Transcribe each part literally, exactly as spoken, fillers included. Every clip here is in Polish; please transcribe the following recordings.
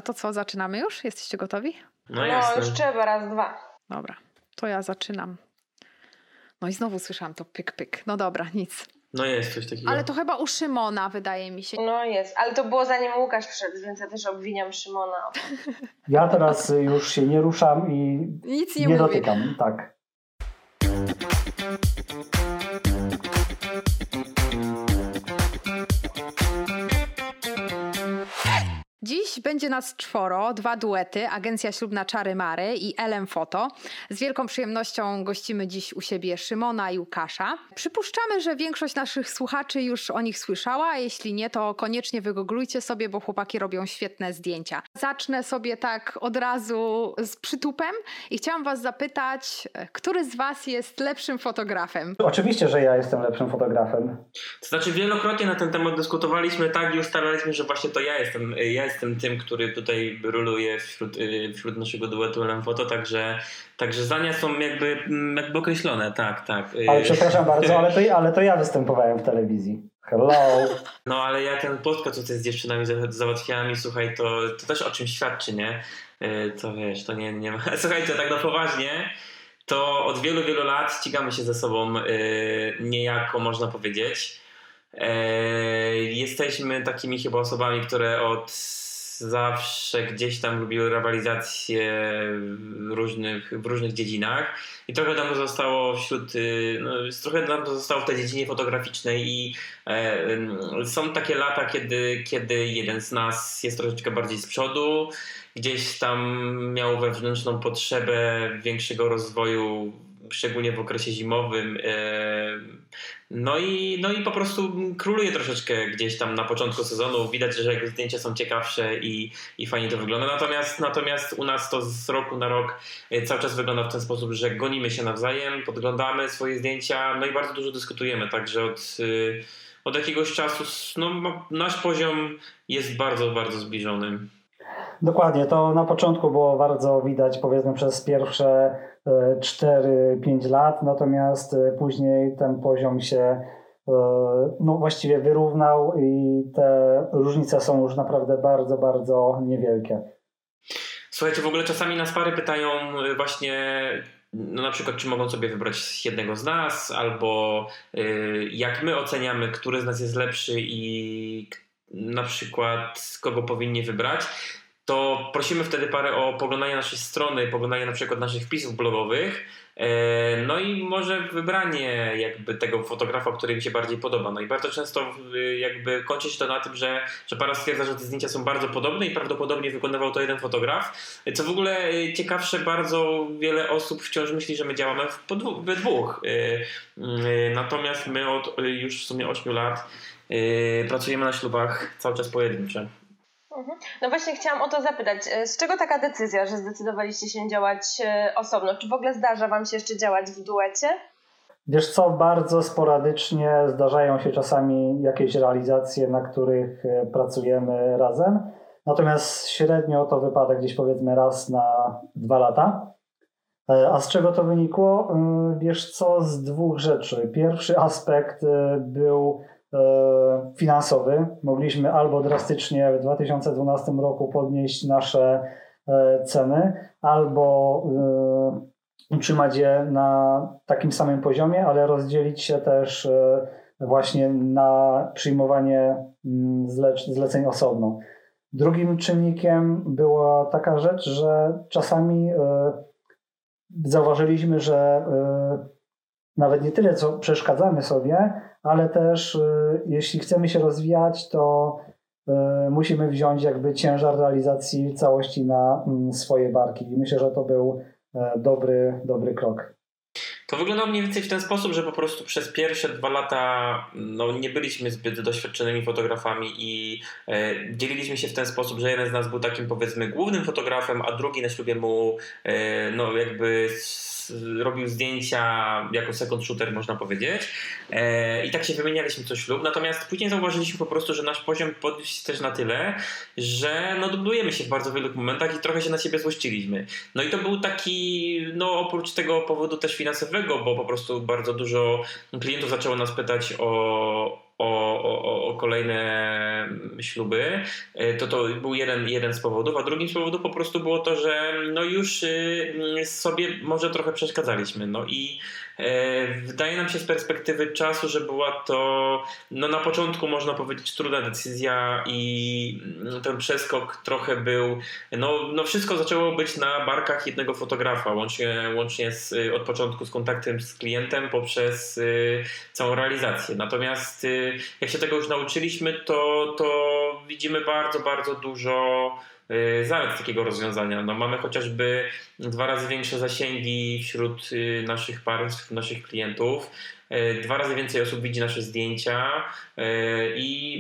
to co, zaczynamy już? Jesteście gotowi? No, no już trzeba, raz, dwa. Dobra, to ja zaczynam. No i znowu słyszałam to pyk, pyk. No dobra, nic. No jest coś takiego. Ale to chyba u Szymona, wydaje mi się. No jest, ale to było zanim Łukasz wszedł, więc ja też obwiniam Szymona. Ja teraz już się nie ruszam i nic nie, nie mówię. dotykam. Tak. Dziś będzie nas czworo, dwa duety, Agencja Ślubna Czary Mary i Elem Foto. Z wielką przyjemnością gościmy dziś u siebie Szymona i Łukasza. Przypuszczamy, że większość naszych słuchaczy już o nich słyszała, a jeśli nie, to koniecznie wygooglujcie sobie, bo chłopaki robią świetne zdjęcia. Zacznę sobie tak od razu z przytupem i chciałam was zapytać, który z was jest lepszym fotografem? Oczywiście, że ja jestem lepszym fotografem. To znaczy wielokrotnie na ten temat dyskutowaliśmy, tak, i ustalaliśmy, że właśnie to ja jestem, ja jestem tym, który tutaj ruluje wśród, wśród naszego duetu Elem Foto, także, także zdania są jakby, jakby określone, tak, tak. Ale przepraszam bardzo, ale to, ale to ja występowałem w telewizji. Hello. No ale ja ten podcast tutaj z dziewczynami załatwiałem i słuchaj, to, to też o czym świadczy, nie? To wiesz, to nie, nie ma... Słuchajcie, tak na poważnie, to od wielu, wielu lat ścigamy się ze sobą niejako, można powiedzieć. Jesteśmy takimi chyba osobami, które od zawsze gdzieś tam lubiły rywalizację w różnych, w różnych dziedzinach i trochę nam to zostało wśród, no, trochę nam to zostało w tej dziedzinie fotograficznej i e, są takie lata, kiedy, kiedy jeden z nas jest troszeczkę bardziej z przodu, gdzieś tam miał wewnętrzną potrzebę większego rozwoju, szczególnie w okresie zimowym. No i, no i po prostu króluje troszeczkę gdzieś tam na początku sezonu. Widać, że jego zdjęcia są ciekawsze i, i fajnie to wygląda. Natomiast, natomiast u nas to z roku na rok cały czas wygląda w ten sposób, że gonimy się nawzajem, podglądamy swoje zdjęcia, no i bardzo dużo dyskutujemy. Także od, od jakiegoś czasu no, nasz poziom jest bardzo, bardzo zbliżony. Dokładnie, to na początku było bardzo widać, powiedzmy, przez pierwsze cztery pięć lat, natomiast później ten poziom się no, właściwie wyrównał i te różnice są już naprawdę bardzo, bardzo niewielkie. Słuchajcie, w ogóle czasami nas pary pytają właśnie, no na przykład, czy mogą sobie wybrać jednego z nas, albo y, jak my oceniamy, który z nas jest lepszy i na przykład kogo powinni wybrać. To prosimy wtedy parę o poglądanie naszej strony, poglądanie na przykład naszych wpisów blogowych, no i może wybranie jakby tego fotografa, który im się bardziej podoba. No i bardzo często jakby kończy się to na tym, że, że para stwierdza, że te zdjęcia są bardzo podobne i prawdopodobnie wykonywał to jeden fotograf. Co w ogóle ciekawsze, bardzo wiele osób wciąż myśli, że my działamy we dwóch. Natomiast my od już w sumie ośmiu lat pracujemy na ślubach cały czas pojedyncze. No właśnie chciałam o to zapytać. Z czego taka decyzja, że zdecydowaliście się działać osobno? Czy w ogóle zdarza wam się jeszcze działać w duecie? Wiesz co, bardzo sporadycznie zdarzają się czasami jakieś realizacje, na których pracujemy razem. Natomiast średnio to wypada gdzieś powiedzmy raz na dwa lata. A z czego to wynikło? Wiesz co, z dwóch rzeczy. Pierwszy aspekt był finansowy. Mogliśmy albo drastycznie w dwa tysiące dwunastym roku podnieść nasze ceny, albo utrzymać je na takim samym poziomie, ale rozdzielić się też właśnie na przyjmowanie zleceń osobno. Drugim czynnikiem była taka rzecz, że czasami zauważyliśmy, że nawet nie tyle, co przeszkadzamy sobie, ale też y, jeśli chcemy się rozwijać, to y, musimy wziąć jakby ciężar realizacji całości na y, swoje barki. I myślę, że to był y, dobry, dobry krok. To wyglądało mniej więcej w ten sposób, że po prostu przez pierwsze dwa lata no, nie byliśmy zbyt doświadczonymi fotografami i e, dzieliliśmy się w ten sposób, że jeden z nas był takim powiedzmy głównym fotografem, a drugi na ślubie mu e, no, jakby robił zdjęcia jako second shooter, można powiedzieć. E, I tak się wymienialiśmy co ślub. Natomiast później zauważyliśmy po prostu, że nasz poziom podniósł się też na tyle, że no, dublujemy się w bardzo wielu momentach i trochę się na siebie złościliśmy. No i to był taki, no oprócz tego powodu też finansowego, bo po prostu bardzo dużo klientów zaczęło nas pytać o o, o, o kolejne śluby, to to był jeden, jeden z powodów, a drugim z powodów po prostu było to, że no już sobie może trochę przeszkadzaliśmy. No i wydaje nam się z perspektywy czasu, że była to no na początku można powiedzieć trudna decyzja i ten przeskok trochę był, no, no wszystko zaczęło być na barkach jednego fotografa, łącznie, łącznie z, od początku z kontaktem z klientem poprzez y, całą realizację. Natomiast y, jak się tego już nauczyliśmy, to, to widzimy bardzo, bardzo dużo zalet takiego rozwiązania. No, mamy chociażby dwa razy większe zasięgi wśród naszych par, wśród naszych klientów. Dwa razy więcej osób widzi nasze zdjęcia i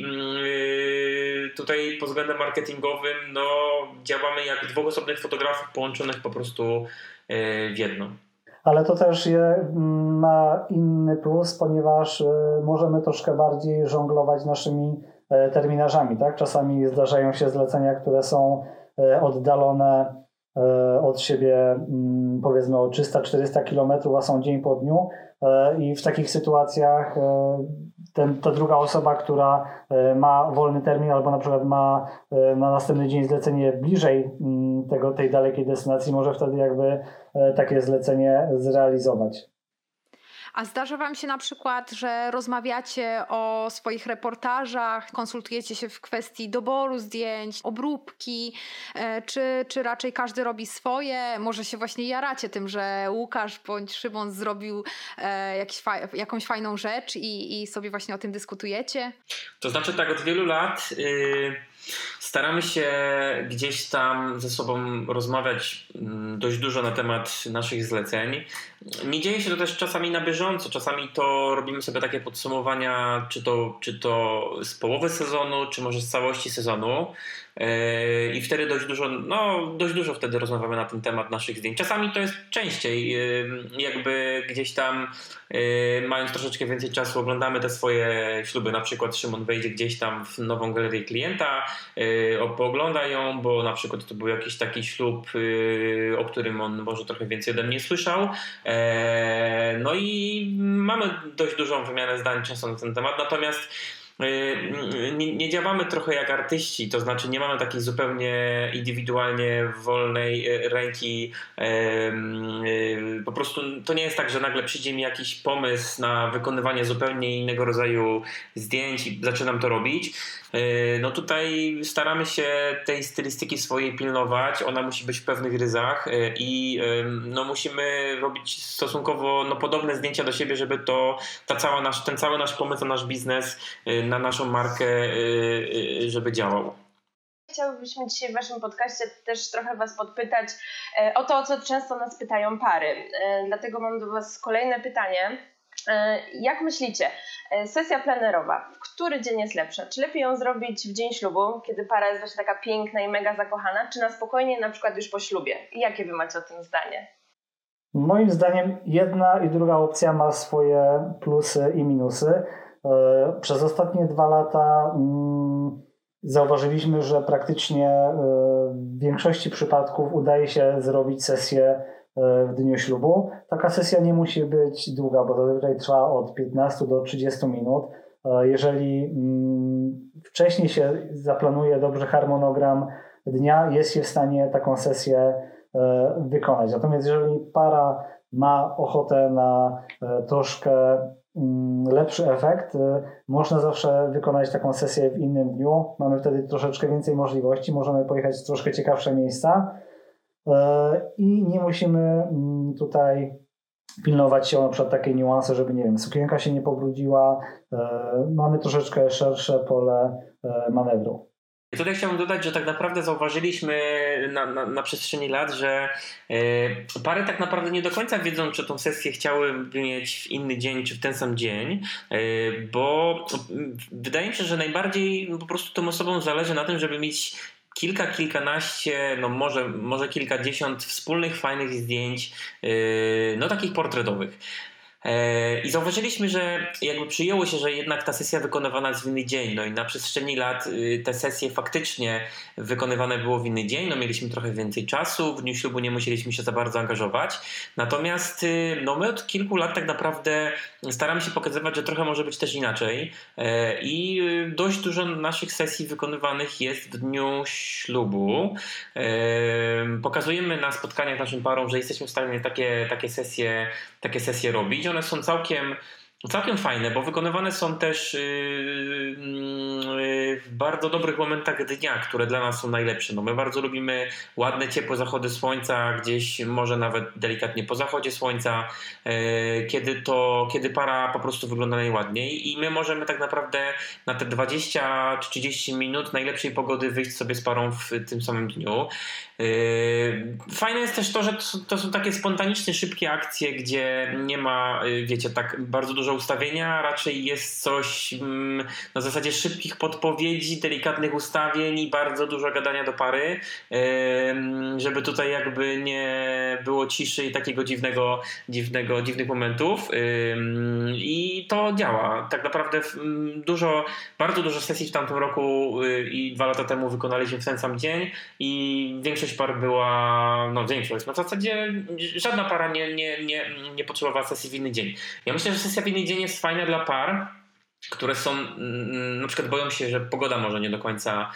tutaj pod względem marketingowym no, działamy jak dwóch osobnych fotografów połączonych po prostu w jedno. Ale to też je, ma inny plus, ponieważ możemy troszkę bardziej żonglować naszymi terminarzami, tak? Czasami zdarzają się zlecenia, które są oddalone od siebie powiedzmy o trzysta czterysta kilometrów, a są dzień po dniu i w takich sytuacjach ten, ta druga osoba, która ma wolny termin albo na przykład ma na następny dzień zlecenie bliżej tego, tej dalekiej destynacji, może wtedy jakby takie zlecenie zrealizować. A zdarza wam się na przykład, że rozmawiacie o swoich reportażach, konsultujecie się w kwestii doboru zdjęć, obróbki, czy, czy raczej każdy robi swoje? Może się właśnie jaracie tym, że Łukasz bądź Szymon zrobił jakiś, jakąś fajną rzecz i, i sobie właśnie o tym dyskutujecie? To znaczy tak, od wielu lat yy, staramy się gdzieś tam ze sobą rozmawiać dość dużo na temat naszych zleceń. Nie dzieje się to też czasami na bieżąco, czasami to robimy sobie takie podsumowania, czy to, czy to z połowy sezonu, czy może z całości sezonu. I wtedy dość dużo, no dość dużo wtedy rozmawiamy na ten temat naszych zdjęć. Czasami to jest częściej, jakby gdzieś tam mając troszeczkę więcej czasu oglądamy te swoje śluby, na przykład Szymon wejdzie gdzieś tam w nową galerię klienta, poogląda ją, bo na przykład to był jakiś taki ślub, o którym on może trochę więcej ode mnie słyszał. No i mamy dość dużą wymianę zdań często na ten temat, natomiast Nie, nie działamy trochę jak artyści, to znaczy nie mamy takiej zupełnie indywidualnie wolnej ręki. Po prostu to nie jest tak, że nagle przyjdzie mi jakiś pomysł na wykonywanie zupełnie innego rodzaju zdjęć i zaczynam to robić. No tutaj staramy się tej stylistyki swojej pilnować, ona musi być w pewnych ryzach i no musimy robić stosunkowo no podobne zdjęcia do siebie, żeby to ta cała nasz, ten cały nasz pomysł na nasz biznes, na naszą markę, żeby działał. Chciałbyśmy dzisiaj w waszym podcaście też trochę was podpytać o to, o co często nas pytają pary. Dlatego mam do was kolejne pytanie. Jak myślicie, sesja plenerowa, który dzień jest lepsza? Czy lepiej ją zrobić w dzień ślubu, kiedy para jest właśnie taka piękna i mega zakochana, czy na spokojnie na przykład już po ślubie? Jakie wy macie o tym zdanie? Moim zdaniem jedna i druga opcja ma swoje plusy i minusy. Przez ostatnie dwa lata zauważyliśmy, że praktycznie w większości przypadków udaje się zrobić sesję w dniu ślubu. Taka sesja nie musi być długa, bo zazwyczaj trwa od piętnastu do trzydziestu minut. Jeżeli wcześniej się zaplanuje dobrze harmonogram dnia, jest się w stanie taką sesję wykonać. Natomiast jeżeli para ma ochotę na troszkę lepszy efekt, można zawsze wykonać taką sesję w innym dniu. Mamy wtedy troszeczkę więcej możliwości, możemy pojechać w troszkę ciekawsze miejsca i nie musimy tutaj pilnować się na przykład takiej niuansy, żeby nie wiem, sukienka się nie pobrudziła. Mamy troszeczkę szersze pole manewru. I tutaj chciałbym dodać, że tak naprawdę zauważyliśmy na, na, na przestrzeni lat, że y, pary tak naprawdę nie do końca wiedzą, czy tą sesję chciałyby mieć w inny dzień, czy w ten sam dzień, y, bo wydaje mi się, że najbardziej po prostu tym osobom zależy na tym, żeby mieć kilka, kilkanaście, no może, może kilkadziesiąt wspólnych, fajnych zdjęć, yy, no takich portretowych. I zauważyliśmy, że jakby przyjęło się, że jednak ta sesja wykonywana jest w inny dzień. No i na przestrzeni lat te sesje faktycznie wykonywane było w inny dzień. No mieliśmy trochę więcej czasu, w dniu ślubu nie musieliśmy się za bardzo angażować. Natomiast no my od kilku lat tak naprawdę staramy się pokazywać, że trochę może być też inaczej. I dość dużo naszych sesji wykonywanych jest w dniu ślubu. Pokazujemy na spotkaniach naszym parom, że jesteśmy w stanie takie, takie sesje, takie sesje robić. One są całkiem, całkiem fajne, bo wykonywane są też w bardzo dobrych momentach dnia, które dla nas są najlepsze. No my bardzo lubimy ładne, ciepłe zachody słońca, gdzieś może nawet delikatnie po zachodzie słońca, kiedy to, kiedy para po prostu wygląda najładniej i my możemy tak naprawdę na te dwadzieścia czy trzydzieści minut najlepszej pogody wyjść sobie z parą w tym samym dniu. Fajne jest też to, że to są takie spontaniczne, szybkie akcje, gdzie nie ma, wiecie, tak bardzo dużo ustawienia, raczej jest coś na zasadzie szybkich podpowiedzi, delikatnych ustawień i bardzo dużo gadania do pary, żeby tutaj jakby nie było ciszy i takiego dziwnego, dziwnego, dziwnych momentów i to działa. Tak naprawdę dużo, bardzo dużo sesji w tamtym roku i dwa lata temu wykonaliśmy w ten sam dzień i większość par była, no większość, no w zasadzie żadna para nie, nie, nie, nie potrzebowała sesji w inny dzień. Ja myślę, że sesja w inny dzień jest fajna dla par, które są, na przykład boją się, że pogoda może nie do końca,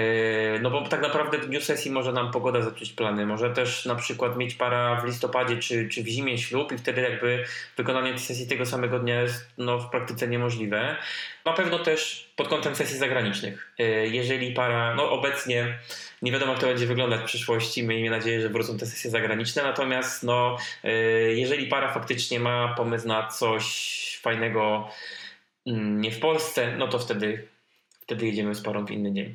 no bo tak naprawdę w dniu sesji może nam pogoda zepsuć plany. Może też na przykład mieć para w listopadzie czy, czy w zimie ślub i wtedy jakby wykonanie tej sesji tego samego dnia jest no, w praktyce niemożliwe. Na pewno też pod kątem sesji zagranicznych. Jeżeli para, no obecnie nie wiadomo jak to będzie wyglądać w przyszłości, miejmy nadzieję, że wrócą te sesje zagraniczne, natomiast no, jeżeli para faktycznie ma pomysł na coś fajnego nie w Polsce, no to wtedy, wtedy jedziemy z parą w inny dzień.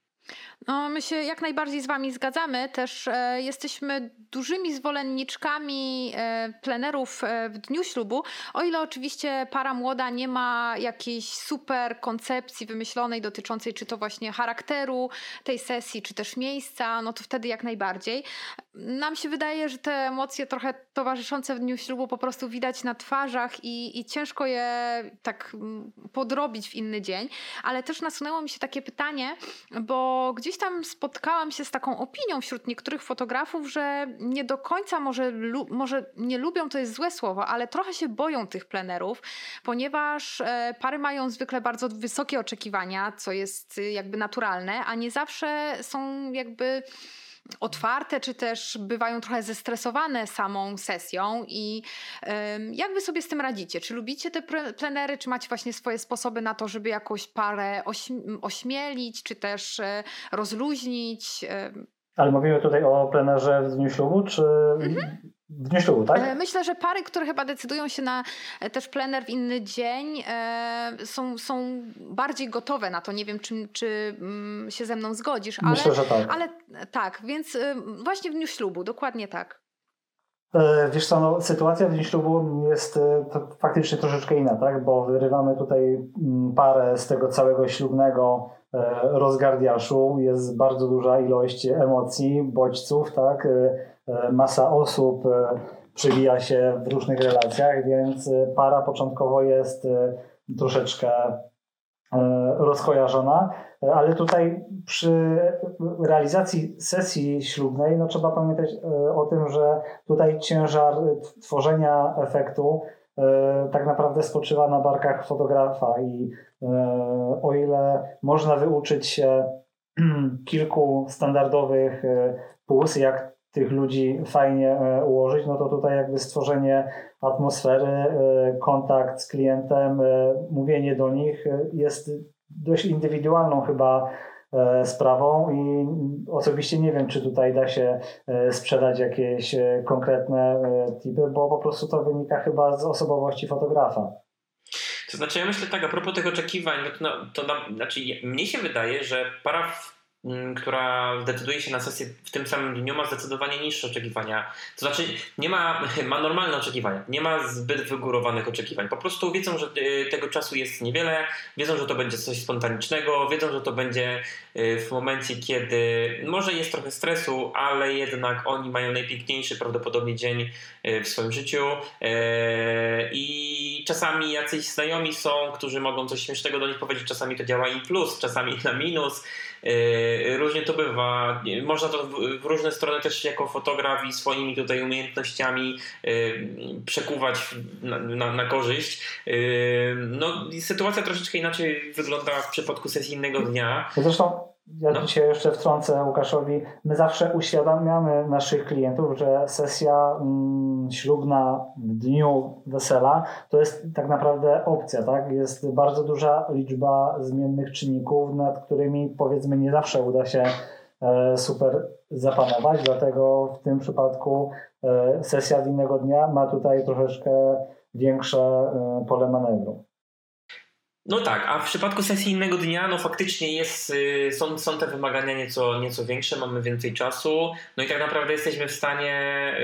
No, my się jak najbardziej z wami zgadzamy. Też e, jesteśmy dużymi zwolenniczkami e, plenerów e, w dniu ślubu. O ile oczywiście para młoda nie ma jakiejś super koncepcji wymyślonej dotyczącej czy to właśnie charakteru tej sesji, czy też miejsca, no to wtedy jak najbardziej. Nam się wydaje, że te emocje trochę towarzyszące w dniu ślubu po prostu widać na twarzach i, i ciężko je tak podrobić w inny dzień. Ale też nasunęło mi się takie pytanie, bo gdzieś tam spotkałam się z taką opinią wśród niektórych fotografów, że nie do końca może, lu- może nie lubią, to jest złe słowo, ale trochę się boją tych plenerów, ponieważ e, pary mają zwykle bardzo wysokie oczekiwania, co jest jakby naturalne, a nie zawsze są jakby otwarte, czy też bywają trochę zestresowane samą sesją i um, jak wy sobie z tym radzicie? Czy lubicie te plenery, czy macie właśnie swoje sposoby na to, żeby jakąś parę ośm- ośmielić, czy też e, rozluźnić? E... Ale mówimy tutaj o plenerze w dniu ślubu, czy mhm. w dniu ślubu, tak? Myślę, że pary, które chyba decydują się na też plener w inny dzień, e, są, są bardziej gotowe na to. Nie wiem, czy, czy mm, się ze mną zgodzisz, ale, Myślę, że tak. ale tak, więc y, właśnie w dniu ślubu, dokładnie tak. E, wiesz co, no, sytuacja w dniu ślubu jest to faktycznie troszeczkę inna, tak? Bo wyrywamy tutaj parę z tego całego ślubnego e, rozgardiaszu. Jest bardzo duża ilość emocji, bodźców, tak? E, Masa osób przywija się w różnych relacjach, więc para początkowo jest troszeczkę rozkojarzona, ale tutaj przy realizacji sesji ślubnej no trzeba pamiętać o tym, że tutaj ciężar tworzenia efektu tak naprawdę spoczywa na barkach fotografa i o ile można wyuczyć się kilku standardowych puls, jak tych ludzi fajnie ułożyć, no to tutaj jakby stworzenie atmosfery, kontakt z klientem, mówienie do nich jest dość indywidualną chyba sprawą i osobiście nie wiem, czy tutaj da się sprzedać jakieś konkretne tipy, bo po prostu to wynika chyba z osobowości fotografa. To znaczy ja myślę tak, a propos tych oczekiwań, no to, no, to na, znaczy mnie się wydaje, że para w która decyduje się na sesję w tym samym dniu, ma zdecydowanie niższe oczekiwania. To znaczy nie ma, ma normalne oczekiwania, nie ma zbyt wygórowanych oczekiwań. Po prostu wiedzą, że tego czasu jest niewiele, wiedzą, że to będzie coś spontanicznego, wiedzą, że to będzie w momencie, kiedy może jest trochę stresu, ale jednak oni mają najpiękniejszy prawdopodobnie dzień w swoim życiu i czasami jacyś znajomi są, którzy mogą coś śmiesznego do nich powiedzieć, czasami to działa i plus, czasami na minus. Różnie to bywa. Można to w różne strony też jako fotograf i swoimi tutaj umiejętnościami przekuwać na, na, na korzyść. No, sytuacja troszeczkę inaczej wygląda w przypadku sesyjnego dnia. Zresztą ja no. dzisiaj jeszcze wtrącę Łukaszowi. My zawsze uświadamiamy naszych klientów, że sesja mm, ślubna w dniu wesela to jest tak naprawdę opcja, tak? Jest bardzo duża liczba zmiennych czynników, nad którymi powiedzmy nie zawsze uda się e, super zapanować, dlatego w tym przypadku e, sesja w innego dnia ma tutaj troszeczkę większe e, pole manewru. No tak, a w przypadku sesji innego dnia, no faktycznie jest, są, są te wymagania nieco, nieco większe, mamy więcej czasu, no i tak naprawdę jesteśmy w stanie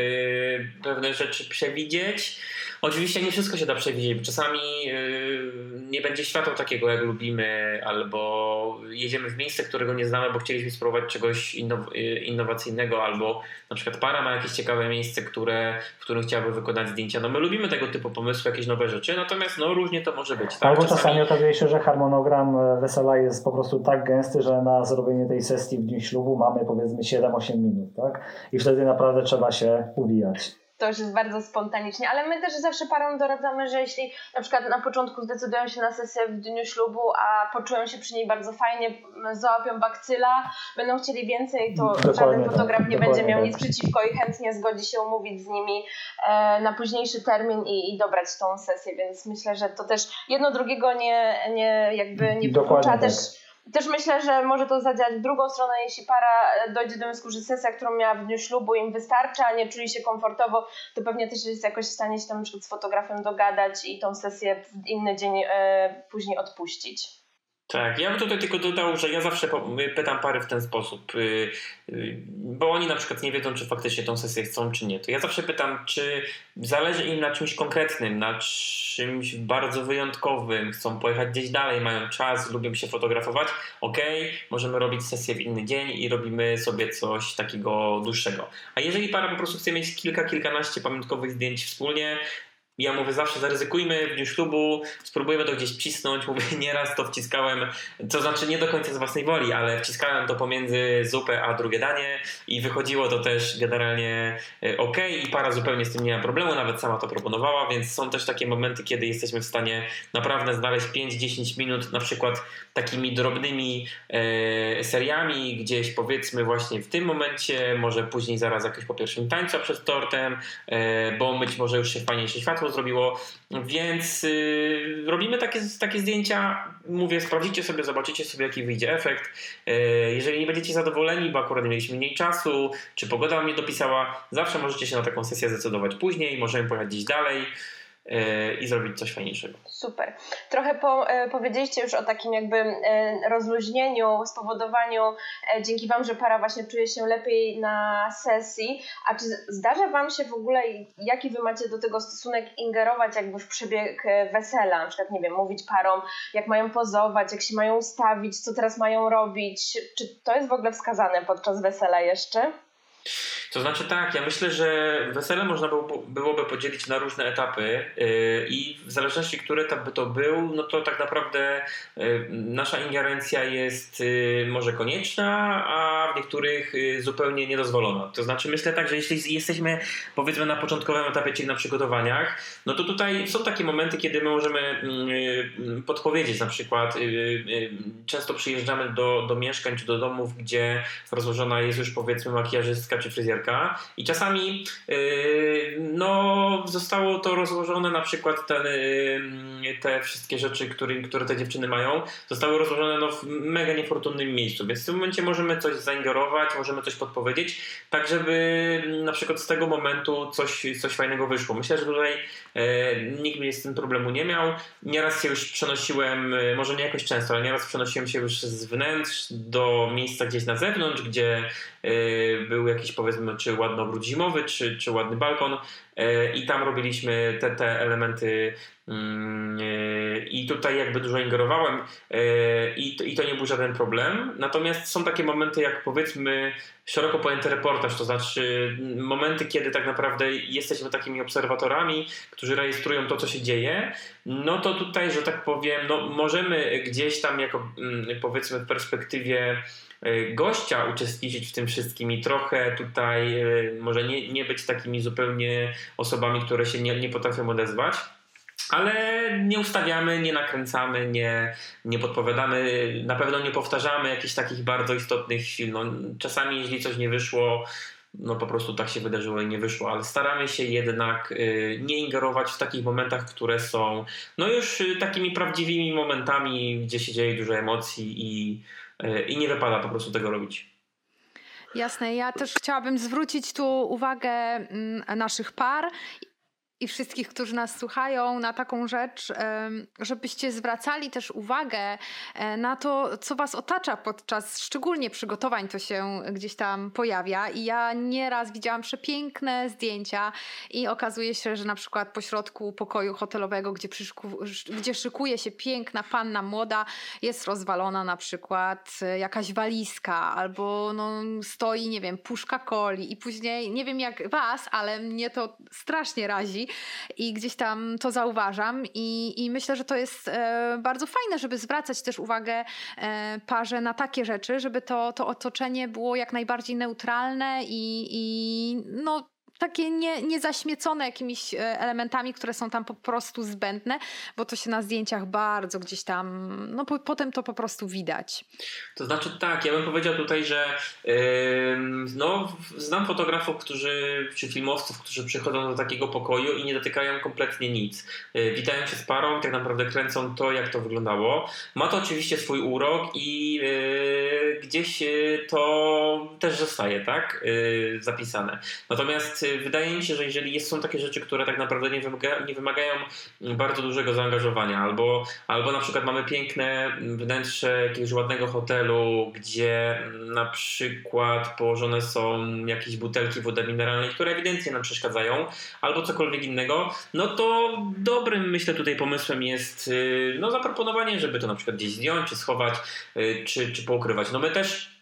y, pewne rzeczy przewidzieć. Oczywiście nie wszystko się da przewidzieć, bo czasami y, nie będzie światła takiego, jak lubimy, albo jedziemy w miejsce, którego nie znamy, bo chcieliśmy spróbować czegoś innow- innowacyjnego, albo na przykład para ma jakieś ciekawe miejsce, które, w którym chciałaby wykonać zdjęcia. No my lubimy tego typu pomysły, jakieś nowe rzeczy, natomiast no różnie to może być. Tak? Albo Czasami... czasami okazuje się, że harmonogram wesela jest po prostu tak gęsty, że na zrobienie tej sesji w dniu ślubu mamy powiedzmy siedem osiem minut, tak? I wtedy naprawdę trzeba się uwijać. To już jest bardzo spontanicznie, ale my też zawsze parom doradzamy, że jeśli na przykład na początku zdecydują się na sesję w dniu ślubu, a poczują się przy niej bardzo fajnie, załapią bakcyla, będą chcieli więcej, to Dokładnie żaden tak, fotograf nie będzie miał tak. nic przeciwko i chętnie zgodzi się umówić z nimi e, na późniejszy termin i, i dobrać tą sesję, więc myślę, że to też jedno drugiego nie, nie jakby nie wyklucza. Też Też myślę, że może to zadziałać w drugą stronę, jeśli para dojdzie do wniosku, że sesja, którą miała w dniu ślubu im wystarcza, nie czuli się komfortowo, to pewnie też jest jakoś w stanie się tam na przykład z fotografem dogadać i tą sesję w inny dzień e, później odpuścić. Tak, ja bym tutaj tylko dodał, że ja zawsze pytam pary w ten sposób, bo oni na przykład nie wiedzą, czy faktycznie tą sesję chcą, czy nie. To ja zawsze pytam, czy zależy im na czymś konkretnym, na czymś bardzo wyjątkowym, chcą pojechać gdzieś dalej, mają czas, lubią się fotografować. Okej, okay, możemy robić sesję w inny dzień i robimy sobie coś takiego dłuższego. A jeżeli para po prostu chce mieć kilka, kilkanaście pamiątkowych zdjęć wspólnie, ja mówię zawsze, zaryzykujmy w dniu ślubu, spróbujmy to gdzieś wcisnąć. Mówię, nieraz to wciskałem, to znaczy nie do końca z własnej woli, ale wciskałem to pomiędzy zupę a drugie danie i wychodziło to też generalnie ok i para zupełnie z tym nie ma problemu, nawet sama to proponowała, więc są też takie momenty, kiedy jesteśmy w stanie naprawdę znaleźć pięć dziesięć minut, na przykład takimi drobnymi e, seriami, gdzieś powiedzmy właśnie w tym momencie, może później zaraz jakoś po pierwszym tańcu przed tortem, e, bo być może już się fajniejsze światło zrobiło, więc yy, robimy takie, takie zdjęcia, mówię, sprawdzicie sobie, zobaczycie sobie, jaki wyjdzie efekt. Yy, jeżeli nie będziecie zadowoleni, bo akurat mieliśmy mniej czasu, czy pogoda wam nie dopisała, zawsze możecie się na taką sesję zdecydować później, możemy pojechać gdzieś dalej yy, i zrobić coś fajniejszego. Super. Trochę po, e, powiedzieliście już o takim jakby e, rozluźnieniu, spowodowaniu e, dzięki wam, że para właśnie czuje się lepiej na sesji. A czy zdarza wam się w ogóle, jaki wy macie do tego stosunek, ingerować jakby w przebieg wesela? Na przykład, nie wiem, mówić parom, jak mają pozować, jak się mają ustawić, co teraz mają robić. Czy to jest w ogóle wskazane podczas wesela jeszcze? To znaczy tak, ja myślę, że wesele można byłoby podzielić na różne etapy i w zależności, który etap by to był, no to tak naprawdę nasza ingerencja jest może konieczna, a w niektórych zupełnie niedozwolona. To znaczy myślę tak, że jeśli jesteśmy powiedzmy na początkowym etapie, czyli na przygotowaniach, no to tutaj są takie momenty, kiedy my możemy podpowiedzieć, na przykład często przyjeżdżamy do, do mieszkań czy do domów, gdzie rozłożona jest już powiedzmy makijażystka czy fryzjerka i czasami yy, no, zostało to rozłożone, na przykład ten, yy, te wszystkie rzeczy, które, które te dziewczyny mają, zostały rozłożone no, w mega niefortunnym miejscu, więc w tym momencie możemy coś za, zaingerować, możemy coś podpowiedzieć, tak żeby na przykład z tego momentu coś, coś fajnego wyszło. Myślę, że tutaj e, nikt mi z tym problemu nie miał. Nieraz się już przenosiłem, może nie jakoś często, ale nieraz przenosiłem się już z wnętrz do miejsca gdzieś na zewnątrz, gdzie e, był jakiś, powiedzmy, czy ładny ogród zimowy, czy, czy ładny balkon e, i tam robiliśmy te, te elementy i tutaj jakby dużo ingerowałem i to, i to nie był żaden problem. Natomiast są takie momenty jak, powiedzmy, szeroko pojęty reportaż, to znaczy momenty, kiedy tak naprawdę jesteśmy takimi obserwatorami, którzy rejestrują to, co się dzieje, no to tutaj, że tak powiem, no możemy gdzieś tam jako, powiedzmy, w perspektywie gościa uczestniczyć w tym wszystkim i trochę tutaj może nie, nie być takimi zupełnie osobami, które się nie, nie potrafią odezwać. Ale nie ustawiamy, nie nakręcamy, nie, nie podpowiadamy, na pewno nie powtarzamy jakichś takich bardzo istotnych chwil. No, czasami jeśli coś nie wyszło, no po prostu tak się wydarzyło i nie wyszło, ale staramy się jednak y, nie ingerować w takich momentach, które są no już y, takimi prawdziwymi momentami, gdzie się dzieje dużo emocji i, y, i nie wypada po prostu tego robić. Jasne, ja też chciałabym zwrócić tu uwagę mm, naszych par i wszystkich, którzy nas słuchają, na taką rzecz, żebyście zwracali też uwagę na to, co was otacza podczas szczególnie przygotowań, to się gdzieś tam pojawia. I ja nieraz widziałam przepiękne zdjęcia i okazuje się, że na przykład pośrodku pokoju hotelowego, gdzie, przyszyku, gdzie szykuje się piękna panna młoda, jest rozwalona na przykład jakaś walizka albo no, stoi, nie wiem, puszka coli i później, nie wiem jak was, ale mnie to strasznie razi. I gdzieś tam to zauważam i, i myślę, że to jest e, bardzo fajne, żeby zwracać też uwagę e, parze na takie rzeczy, żeby to, to otoczenie było jak najbardziej neutralne i, i no takie nie, nie zaśmiecone jakimiś elementami, które są tam po prostu zbędne, bo to się na zdjęciach bardzo gdzieś tam, no po, potem to po prostu widać. To znaczy tak, ja bym powiedział tutaj, że yy, no, znam fotografów, którzy, czy filmowców, którzy przychodzą do takiego pokoju i nie dotykają kompletnie nic. Yy, witają się z parą i tak naprawdę kręcą to, jak to wyglądało. Ma to oczywiście swój urok i yy, gdzieś yy, to też zostaje, tak, yy, zapisane. Natomiast yy, wydaje mi się, że jeżeli jest, są takie rzeczy, które tak naprawdę nie, wymaga, nie wymagają bardzo dużego zaangażowania, albo, albo na przykład mamy piękne wnętrze jakiegoś ładnego hotelu, gdzie na przykład położone są jakieś butelki wody mineralnej, które ewidentnie nam przeszkadzają, albo cokolwiek innego, no to dobrym, myślę, tutaj pomysłem jest no, zaproponowanie, żeby to na przykład gdzieś zdjąć, czy schować, czy, czy poukrywać. No my też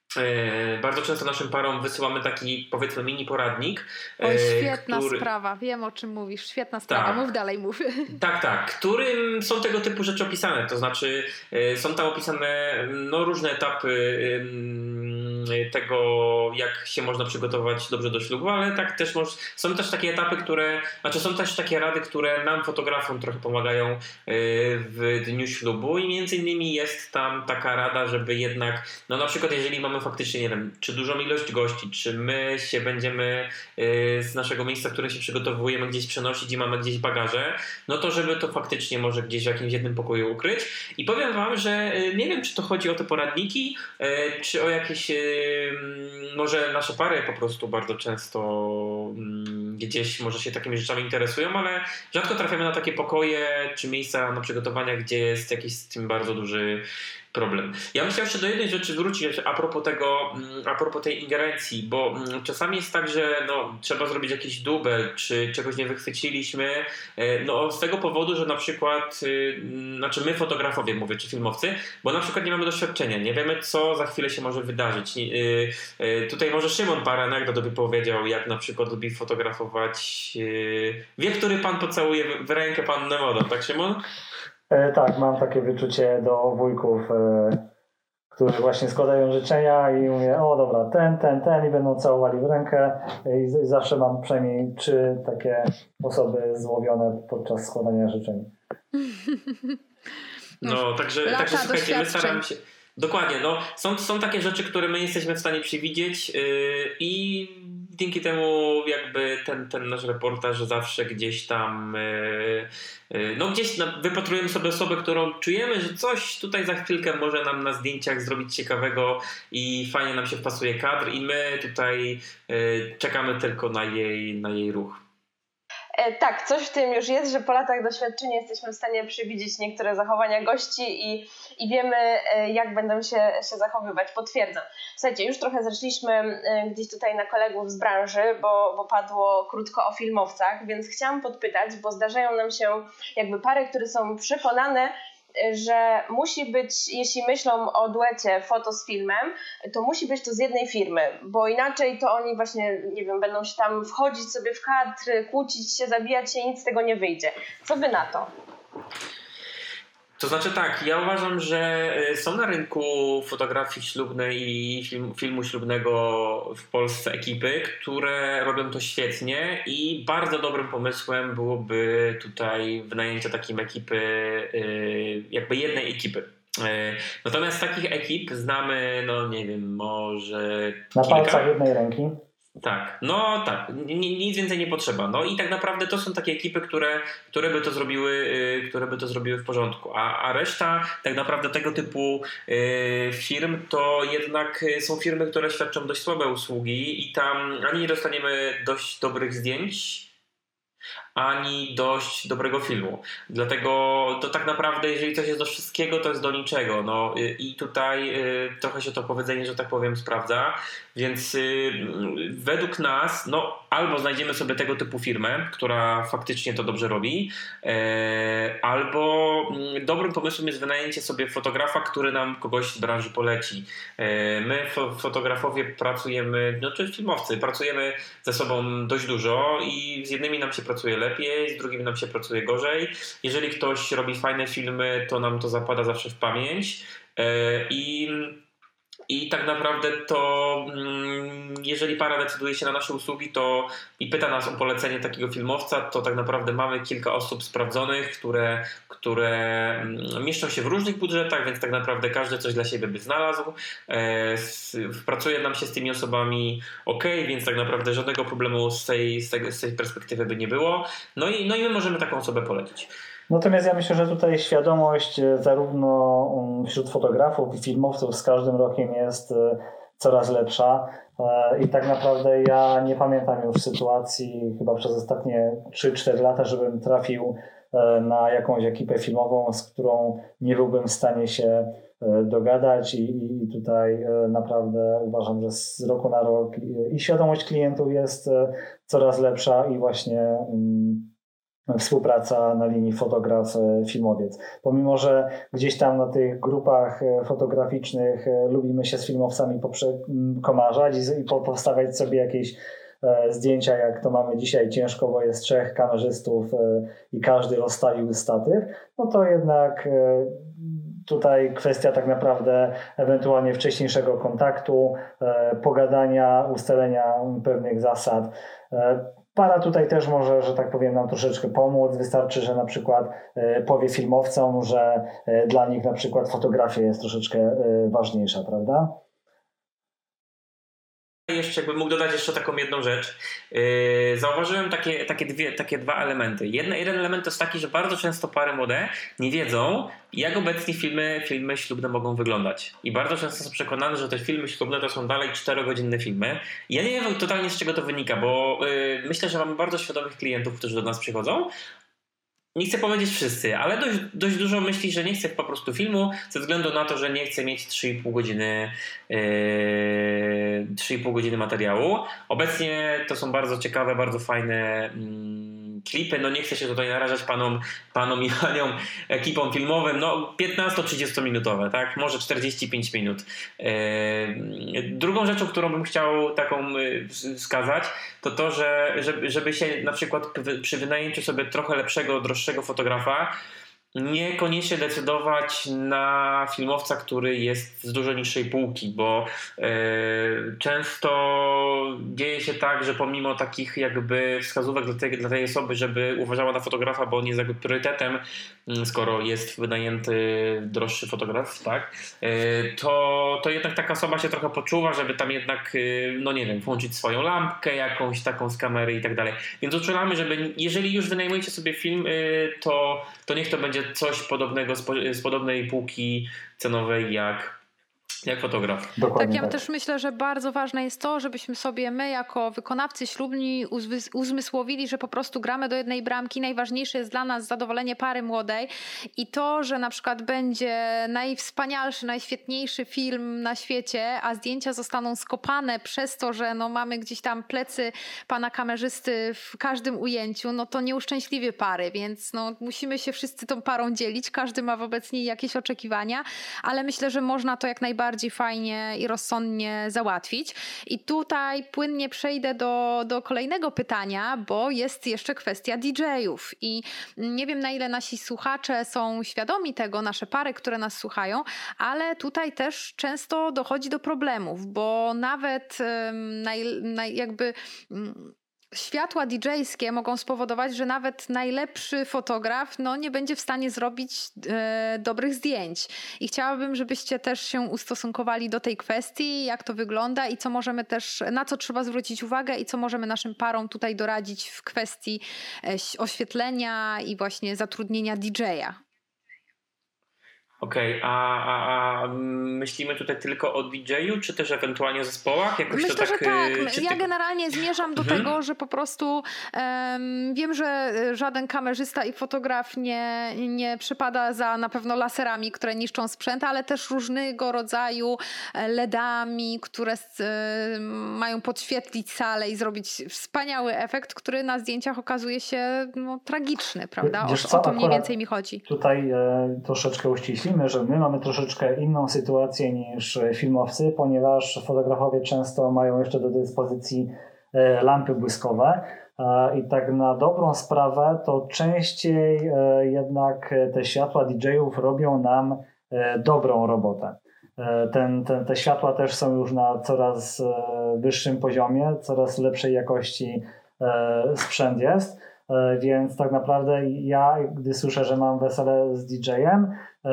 bardzo często naszym parom wysyłamy taki, powiedzmy, mini poradnik. Oj, świetna który... sprawa, wiem o czym mówisz, świetna sprawa, tak. Mów dalej, mów. Tak, tak, którym są tego typu rzeczy opisane, to znaczy są tam opisane no, różne etapy tego, jak się można przygotować dobrze do ślubu, ale tak też moż... są też takie etapy, które, znaczy są też takie rady, które nam, fotografom, trochę pomagają w dniu ślubu i między innymi jest tam taka rada, żeby jednak, no na przykład jeżeli mamy faktycznie, nie wiem, czy dużą ilość gości, czy my się będziemy z naszego miejsca, w którym się przygotowujemy, gdzieś przenosić i mamy gdzieś bagaże, no to żeby to faktycznie może gdzieś w jakimś jednym pokoju ukryć. I powiem wam, że nie wiem, czy to chodzi o te poradniki, czy o jakieś może nasze pary po prostu bardzo często gdzieś może się takimi rzeczami interesują, ale rzadko trafiamy na takie pokoje czy miejsca na przygotowania, gdzie jest jakiś z tym bardzo duży problem. Ja bym chciał jeszcze do jednej rzeczy wrócić a propos tego, a propos tej ingerencji, bo czasami jest tak, że no, trzeba zrobić jakiś dubel, czy czegoś nie wychwyciliśmy, no z tego powodu, że na przykład, znaczy my fotografowie mówię, czy filmowcy, bo na przykład nie mamy doświadczenia, nie wiemy, co za chwilę się może wydarzyć. Tutaj może Szymon parę anegdot by powiedział, jak na przykład lubi fotografować, wie, który pan pocałuje w rękę pannę młodą, tak Szymon? E, tak, mam takie wyczucie do wujków, e, którzy właśnie składają życzenia i mówię, o dobra, ten, ten, ten i będą całowali w rękę i, i zawsze mam przynajmniej trzy takie osoby złowione podczas składania życzeń. No, także, także słuchajcie, my staramy się... Dokładnie, no, są, są takie rzeczy, które my jesteśmy w stanie przewidzieć yy, i dzięki temu jakby ten, ten nasz reportaż zawsze gdzieś tam no gdzieś wypatrujemy sobie osobę, którą czujemy, że coś tutaj za chwilkę może nam na zdjęciach zrobić ciekawego i fajnie nam się wpasuje kadr i my tutaj czekamy tylko na jej, na jej ruch. Tak, coś w tym już jest, że po latach doświadczenia jesteśmy w stanie przewidzieć niektóre zachowania gości i, i wiemy, jak będą się, się zachowywać. Potwierdzam. Słuchajcie, już trochę zeszliśmy gdzieś tutaj na kolegów z branży, bo, bo padło krótko o filmowcach, więc chciałam podpytać, bo zdarzają nam się jakby pary, które są przekonane, że musi być, jeśli myślą o duecie foto z filmem, to musi być to z jednej firmy, bo inaczej to oni właśnie, nie wiem, będą się tam wchodzić sobie w kadr, kłócić się, zabijać się i nic z tego nie wyjdzie. Co wy na to? To znaczy tak, ja uważam, że są na rynku fotografii ślubnej i film, filmu ślubnego w Polsce ekipy, które robią to świetnie i bardzo dobrym pomysłem byłoby tutaj wynajęcie takiej ekipy, jakby jednej ekipy. Natomiast takich ekip znamy, no nie wiem, może na kilka. palcach jednej ręki. Tak, no tak, nic więcej nie potrzeba. No i tak naprawdę to są takie ekipy, które, które by to zrobiły, które by to zrobiły w porządku. A, a reszta tak naprawdę tego typu firm to jednak są firmy, które świadczą dość słabe usługi i tam ani nie dostaniemy dość dobrych zdjęć, ani dość dobrego filmu. Dlatego to tak naprawdę, jeżeli coś jest do wszystkiego, to jest do niczego. No i tutaj trochę się to powiedzenie, że tak powiem, sprawdza. Więc według nas, no albo znajdziemy sobie tego typu firmę, która faktycznie to dobrze robi, albo dobrym pomysłem jest wynajęcie sobie fotografa, który nam kogoś z branży poleci. My, fotografowie, pracujemy, no to filmowcy, pracujemy ze sobą dość dużo i z jednymi nam się pracuje lepiej, z drugimi nam się pracuje gorzej. Jeżeli ktoś robi fajne filmy, to nam to zapada zawsze w pamięć i I tak naprawdę to jeżeli para decyduje się na nasze usługi to i pyta nas o polecenie takiego filmowca, to tak naprawdę mamy kilka osób sprawdzonych, które, które mieszczą się w różnych budżetach, więc tak naprawdę każdy coś dla siebie by znalazł. Pracuje nam się z tymi osobami ok, więc tak naprawdę żadnego problemu z tej, z tej, z tej perspektywy by nie było. No i, no i my możemy taką osobę polecić. Natomiast ja myślę, że tutaj świadomość zarówno wśród fotografów i filmowców z każdym rokiem jest coraz lepsza i tak naprawdę ja nie pamiętam już sytuacji chyba przez ostatnie trzy cztery lata, żebym trafił na jakąś ekipę filmową, z którą nie byłbym w stanie się dogadać i, i tutaj naprawdę uważam, że z roku na rok i świadomość klientów jest coraz lepsza i właśnie współpraca na linii fotograf-filmowiec. Pomimo, że gdzieś tam na tych grupach fotograficznych lubimy się z filmowcami poprzekomarzać i powstawiać sobie jakieś zdjęcia, jak to mamy dzisiaj ciężko, bo jest trzech kamerzystów i każdy rozstawił statyw, no to jednak tutaj kwestia tak naprawdę ewentualnie wcześniejszego kontaktu, pogadania, ustalenia pewnych zasad. Para tutaj też może, że tak powiem, nam troszeczkę pomóc. Wystarczy, że na przykład powie filmowcom, że dla nich na przykład fotografia jest troszeczkę ważniejsza, prawda? Jeszcze jakbym mógł dodać jeszcze taką jedną rzecz. Zauważyłem takie, takie, dwie, takie dwa elementy. Jeden, jeden element to jest taki, że bardzo często pary młode nie wiedzą, jak obecnie filmy, filmy ślubne mogą wyglądać. I bardzo często są przekonane, że te filmy ślubne to są dalej czterogodzinne filmy. Ja nie wiem totalnie, z czego to wynika, bo yy, myślę, że mamy bardzo świadomych klientów, którzy do nas przychodzą. Nie chcę powiedzieć wszyscy, ale dość, dość dużo myśli, że nie chce po prostu filmu ze względu na to, że nie chce mieć trzy i pół godziny yy, trzy i pół godziny materiału. Obecnie to są bardzo ciekawe, bardzo fajne mm, klipy. No nie chcę się tutaj narażać panom, panom i paniom ekipom filmowym. No piętnasto-trzydziesto minutowe, tak? Może czterdzieści pięć minut. Yy, drugą rzeczą, którą bym chciał taką yy, wskazać, to to, że żeby, żeby się na przykład przy wynajęciu sobie trochę lepszego, droższego fotografa niekoniecznie decydować na filmowca, który jest z dużo niższej półki, bo yy, często dzieje dzieje się tak, że pomimo takich jakby wskazówek dla tej, dla tej osoby, żeby uważała na fotografa, bo on jest jakby priorytetem, skoro jest wynajęty droższy fotograf, tak, to, to jednak taka osoba się trochę poczuwa, żeby tam jednak, no nie wiem, włączyć swoją lampkę jakąś taką z kamery i tak dalej. Więc uczulamy, żeby jeżeli już wynajmujecie sobie film, to, to niech to będzie coś podobnego z, po, z podobnej półki cenowej jak Jak fotograf. Dokładnie tak, ja tak. też myślę, że bardzo ważne jest to, żebyśmy sobie my jako wykonawcy ślubni uzmys- uzmysłowili, że po prostu gramy do jednej bramki. Najważniejsze jest dla nas zadowolenie pary młodej i to, że na przykład będzie najwspanialszy, najświetniejszy film na świecie, a zdjęcia zostaną skopane przez to, że no mamy gdzieś tam plecy pana kamerzysty w każdym ujęciu, no to nie uszczęśliwie pary, więc no musimy się wszyscy tą parą dzielić. Każdy ma wobec niej jakieś oczekiwania, ale myślę, że można to jak najbardziej bardziej fajnie i rozsądnie załatwić. I tutaj płynnie przejdę do, do kolejnego pytania, bo jest jeszcze kwestia didżejów i nie wiem, na ile nasi słuchacze są świadomi tego, nasze pary, które nas słuchają, ale tutaj też często dochodzi do problemów, bo nawet um, naj, naj, jakby um, światła didżejskie mogą spowodować, że nawet najlepszy fotograf no, nie będzie w stanie zrobić e, dobrych zdjęć. I chciałabym, żebyście też się ustosunkowali do tej kwestii, jak to wygląda i co możemy też, na co trzeba zwrócić uwagę i co możemy naszym parom tutaj doradzić w kwestii e, oświetlenia i właśnie zatrudnienia didżeja. Okej, okay, a, a, a myślimy tutaj tylko o didżeju, czy też ewentualnie o zespołach? Jakoś Myślę, to tak, że tak. ty... Ja generalnie zmierzam do mhm. tego, że po prostu um, wiem, że żaden kamerzysta i fotograf nie, nie przypada za na pewno laserami, które niszczą sprzęt, ale też różnego rodzaju ledami, które z, y, mają podświetlić salę i zrobić wspaniały efekt, który na zdjęciach okazuje się no, tragiczny, prawda? O, o to mniej więcej mi chodzi. Tutaj e, troszeczkę uściślimy, że my mamy troszeczkę inną sytuację niż filmowcy, ponieważ fotografowie często mają jeszcze do dyspozycji e, lampy błyskowe e, i tak na dobrą sprawę to częściej e, jednak te światła didżejów robią nam e, dobrą robotę. E, ten, ten, te światła też są już na coraz e, wyższym poziomie, coraz lepszej jakości e, sprzęt jest. Więc tak naprawdę ja, gdy słyszę, że mam wesele z didżejem,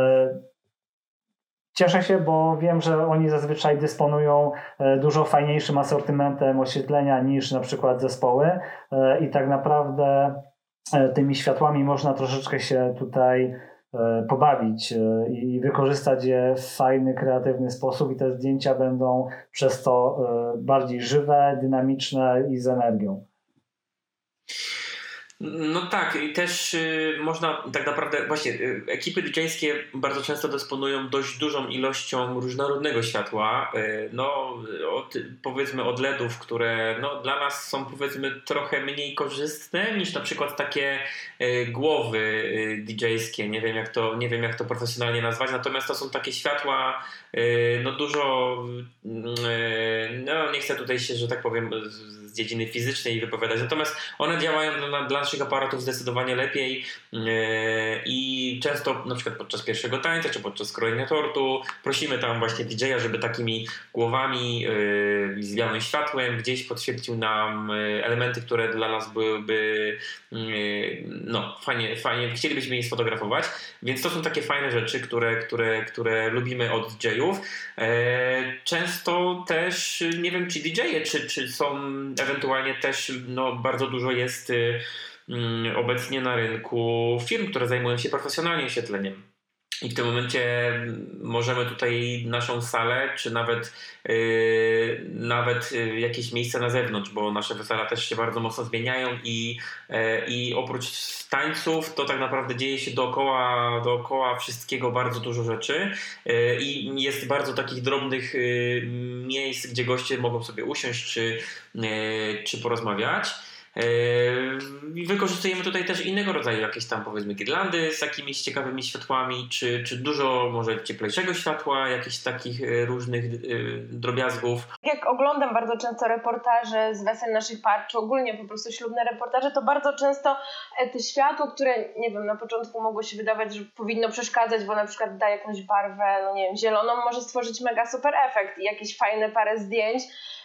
cieszę się, bo wiem, że oni zazwyczaj dysponują dużo fajniejszym asortymentem oświetlenia niż na przykład zespoły i tak naprawdę tymi światłami można troszeczkę się tutaj pobawić i wykorzystać je w fajny, kreatywny sposób i te zdjęcia będą przez to bardziej żywe, dynamiczne i z energią. No tak, i też y, można tak naprawdę, właśnie y, ekipy didżejskie bardzo często dysponują dość dużą ilością różnorodnego światła, y, no od, powiedzmy od ledów, które no, dla nas są powiedzmy trochę mniej korzystne niż na przykład takie y, głowy y, didżejskie, nie wiem jak to, nie wiem jak to profesjonalnie nazwać, natomiast to są takie światła y, no dużo, y, no nie chcę tutaj się, że tak powiem, z dziedziny fizycznej wypowiadać, natomiast one działają dla, dla naszych aparatów zdecydowanie lepiej yy, i często na przykład podczas pierwszego tańca czy podczas krojenia tortu prosimy tam właśnie didżeja, żeby takimi głowami yy, z białym światłem gdzieś podświetlił nam yy, elementy, które dla nas byłyby yy, no fajnie, fajnie, chcielibyśmy je sfotografować, więc to są takie fajne rzeczy, które, które, które lubimy od didżejów. Yy, często też nie wiem czy didżeje, czy, czy są ewentualnie też no, bardzo dużo jest y, y, obecnie na rynku firm, które zajmują się profesjonalnie oświetleniem. I w tym momencie możemy tutaj naszą salę, czy nawet, yy, nawet jakieś miejsce na zewnątrz, bo nasze wesela też się bardzo mocno zmieniają i, yy, i oprócz tańców to tak naprawdę dzieje się dookoła, dookoła wszystkiego bardzo dużo rzeczy yy, i jest bardzo takich drobnych yy, miejsc, gdzie goście mogą sobie usiąść czy, yy, czy porozmawiać. Wykorzystujemy tutaj też innego rodzaju jakieś tam powiedzmy girlandy z jakimiś ciekawymi światłami, czy, czy dużo może cieplejszego światła, jakichś takich różnych drobiazgów. Jak oglądam bardzo często reportaże z wesel naszych par, czy ogólnie po prostu ślubne reportaże, to bardzo często te światło, które nie wiem, na początku mogło się wydawać, że powinno przeszkadzać, bo na przykład da jakąś barwę, no nie wiem, zieloną, może stworzyć mega super efekt i jakieś fajne parę zdjęć.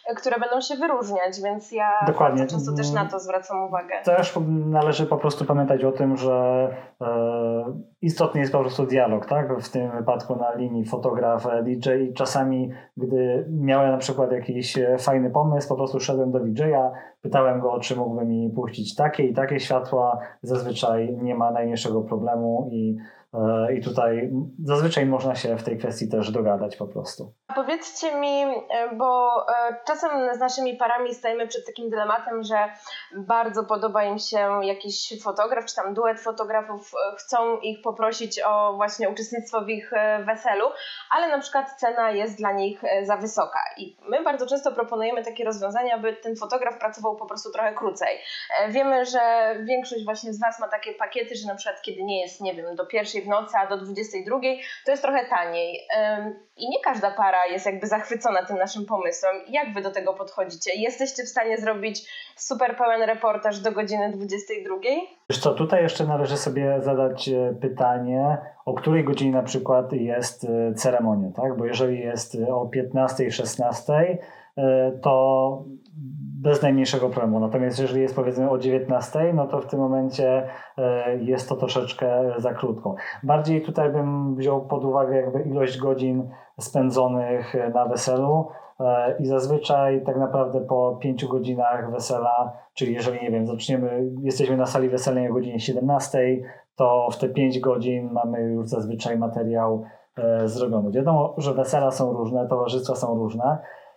które będą się wyróżniać, więc ja Dokładnie. bardzo często też na to zwracam uwagę. Też należy po prostu pamiętać o tym, że e, istotny jest po prostu dialog, tak? W tym wypadku na linii fotograf, D J i czasami, gdy miałem na przykład jakiś fajny pomysł, po prostu szedłem do D J a, pytałem go, czy mógłby mi puścić takie i takie światła, zazwyczaj nie ma najmniejszego problemu i I tutaj zazwyczaj można się w tej kwestii też dogadać po prostu. Powiedzcie mi, bo czasem z naszymi parami stajemy przed takim dylematem, że bardzo podoba im się jakiś fotograf, czy tam duet fotografów, chcą ich poprosić o właśnie uczestnictwo w ich weselu, ale na przykład cena jest dla nich za wysoka. I my bardzo często proponujemy takie rozwiązania, by ten fotograf pracował po prostu trochę krócej. Wiemy, że większość właśnie z Was ma takie pakiety, że na przykład kiedy nie jest, nie wiem, do pierwszej w nocy, a do dwudziestej drugiej, to jest trochę taniej. I nie każda para jest jakby zachwycona tym naszym pomysłem. Jak wy do tego podchodzicie? Jesteście w stanie zrobić super pełen reportaż do godziny dwudziestej drugiej? Wiesz co, tutaj jeszcze należy sobie zadać pytanie, o której godzinie na przykład jest ceremonia, tak? Bo jeżeli jest o piętnastej, szesnastej, to bez najmniejszego problemu. Natomiast jeżeli jest powiedzmy o dziewiętnastej, no to w tym momencie jest to troszeczkę za krótko. Bardziej tutaj bym wziął pod uwagę jakby ilość godzin spędzonych na weselu i zazwyczaj tak naprawdę po pięciu godzinach wesela, czyli jeżeli nie wiem, zaczniemy, jesteśmy na sali weselnej o godzinie siedemnastej, to w te pięć godzin mamy już zazwyczaj materiał zrobiony. Wiadomo, że wesela są różne, towarzystwa są różne,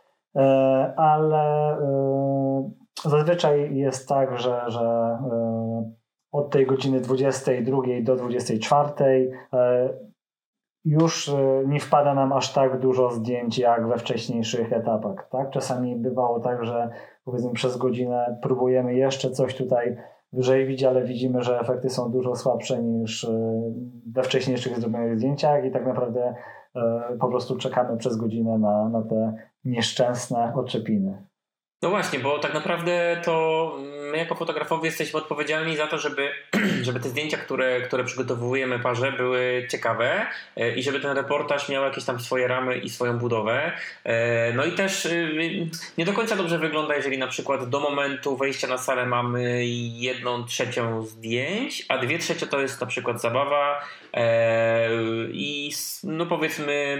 ale zazwyczaj jest tak, że, że od tej godziny dwudziestej drugiej do dwudziestej czwartej już nie wpada nam aż tak dużo zdjęć jak we wcześniejszych etapach. Tak? Czasami bywało tak, że powiedzmy przez godzinę próbujemy jeszcze coś tutaj wyrzeźbić, ale widzimy, że efekty są dużo słabsze niż we wcześniejszych zrobionych zdjęciach i tak naprawdę po prostu czekamy przez godzinę na, na te nieszczęsne odczepiny. No właśnie, bo tak naprawdę to my jako fotografowie jesteśmy odpowiedzialni za to, żeby, żeby te zdjęcia, które, które przygotowujemy parze, były ciekawe i żeby ten reportaż miał jakieś tam swoje ramy i swoją budowę. No i też nie do końca dobrze wygląda, jeżeli na przykład do momentu wejścia na salę mamy jedną trzecią zdjęć, a dwie trzecie to jest na przykład zabawa i no powiedzmy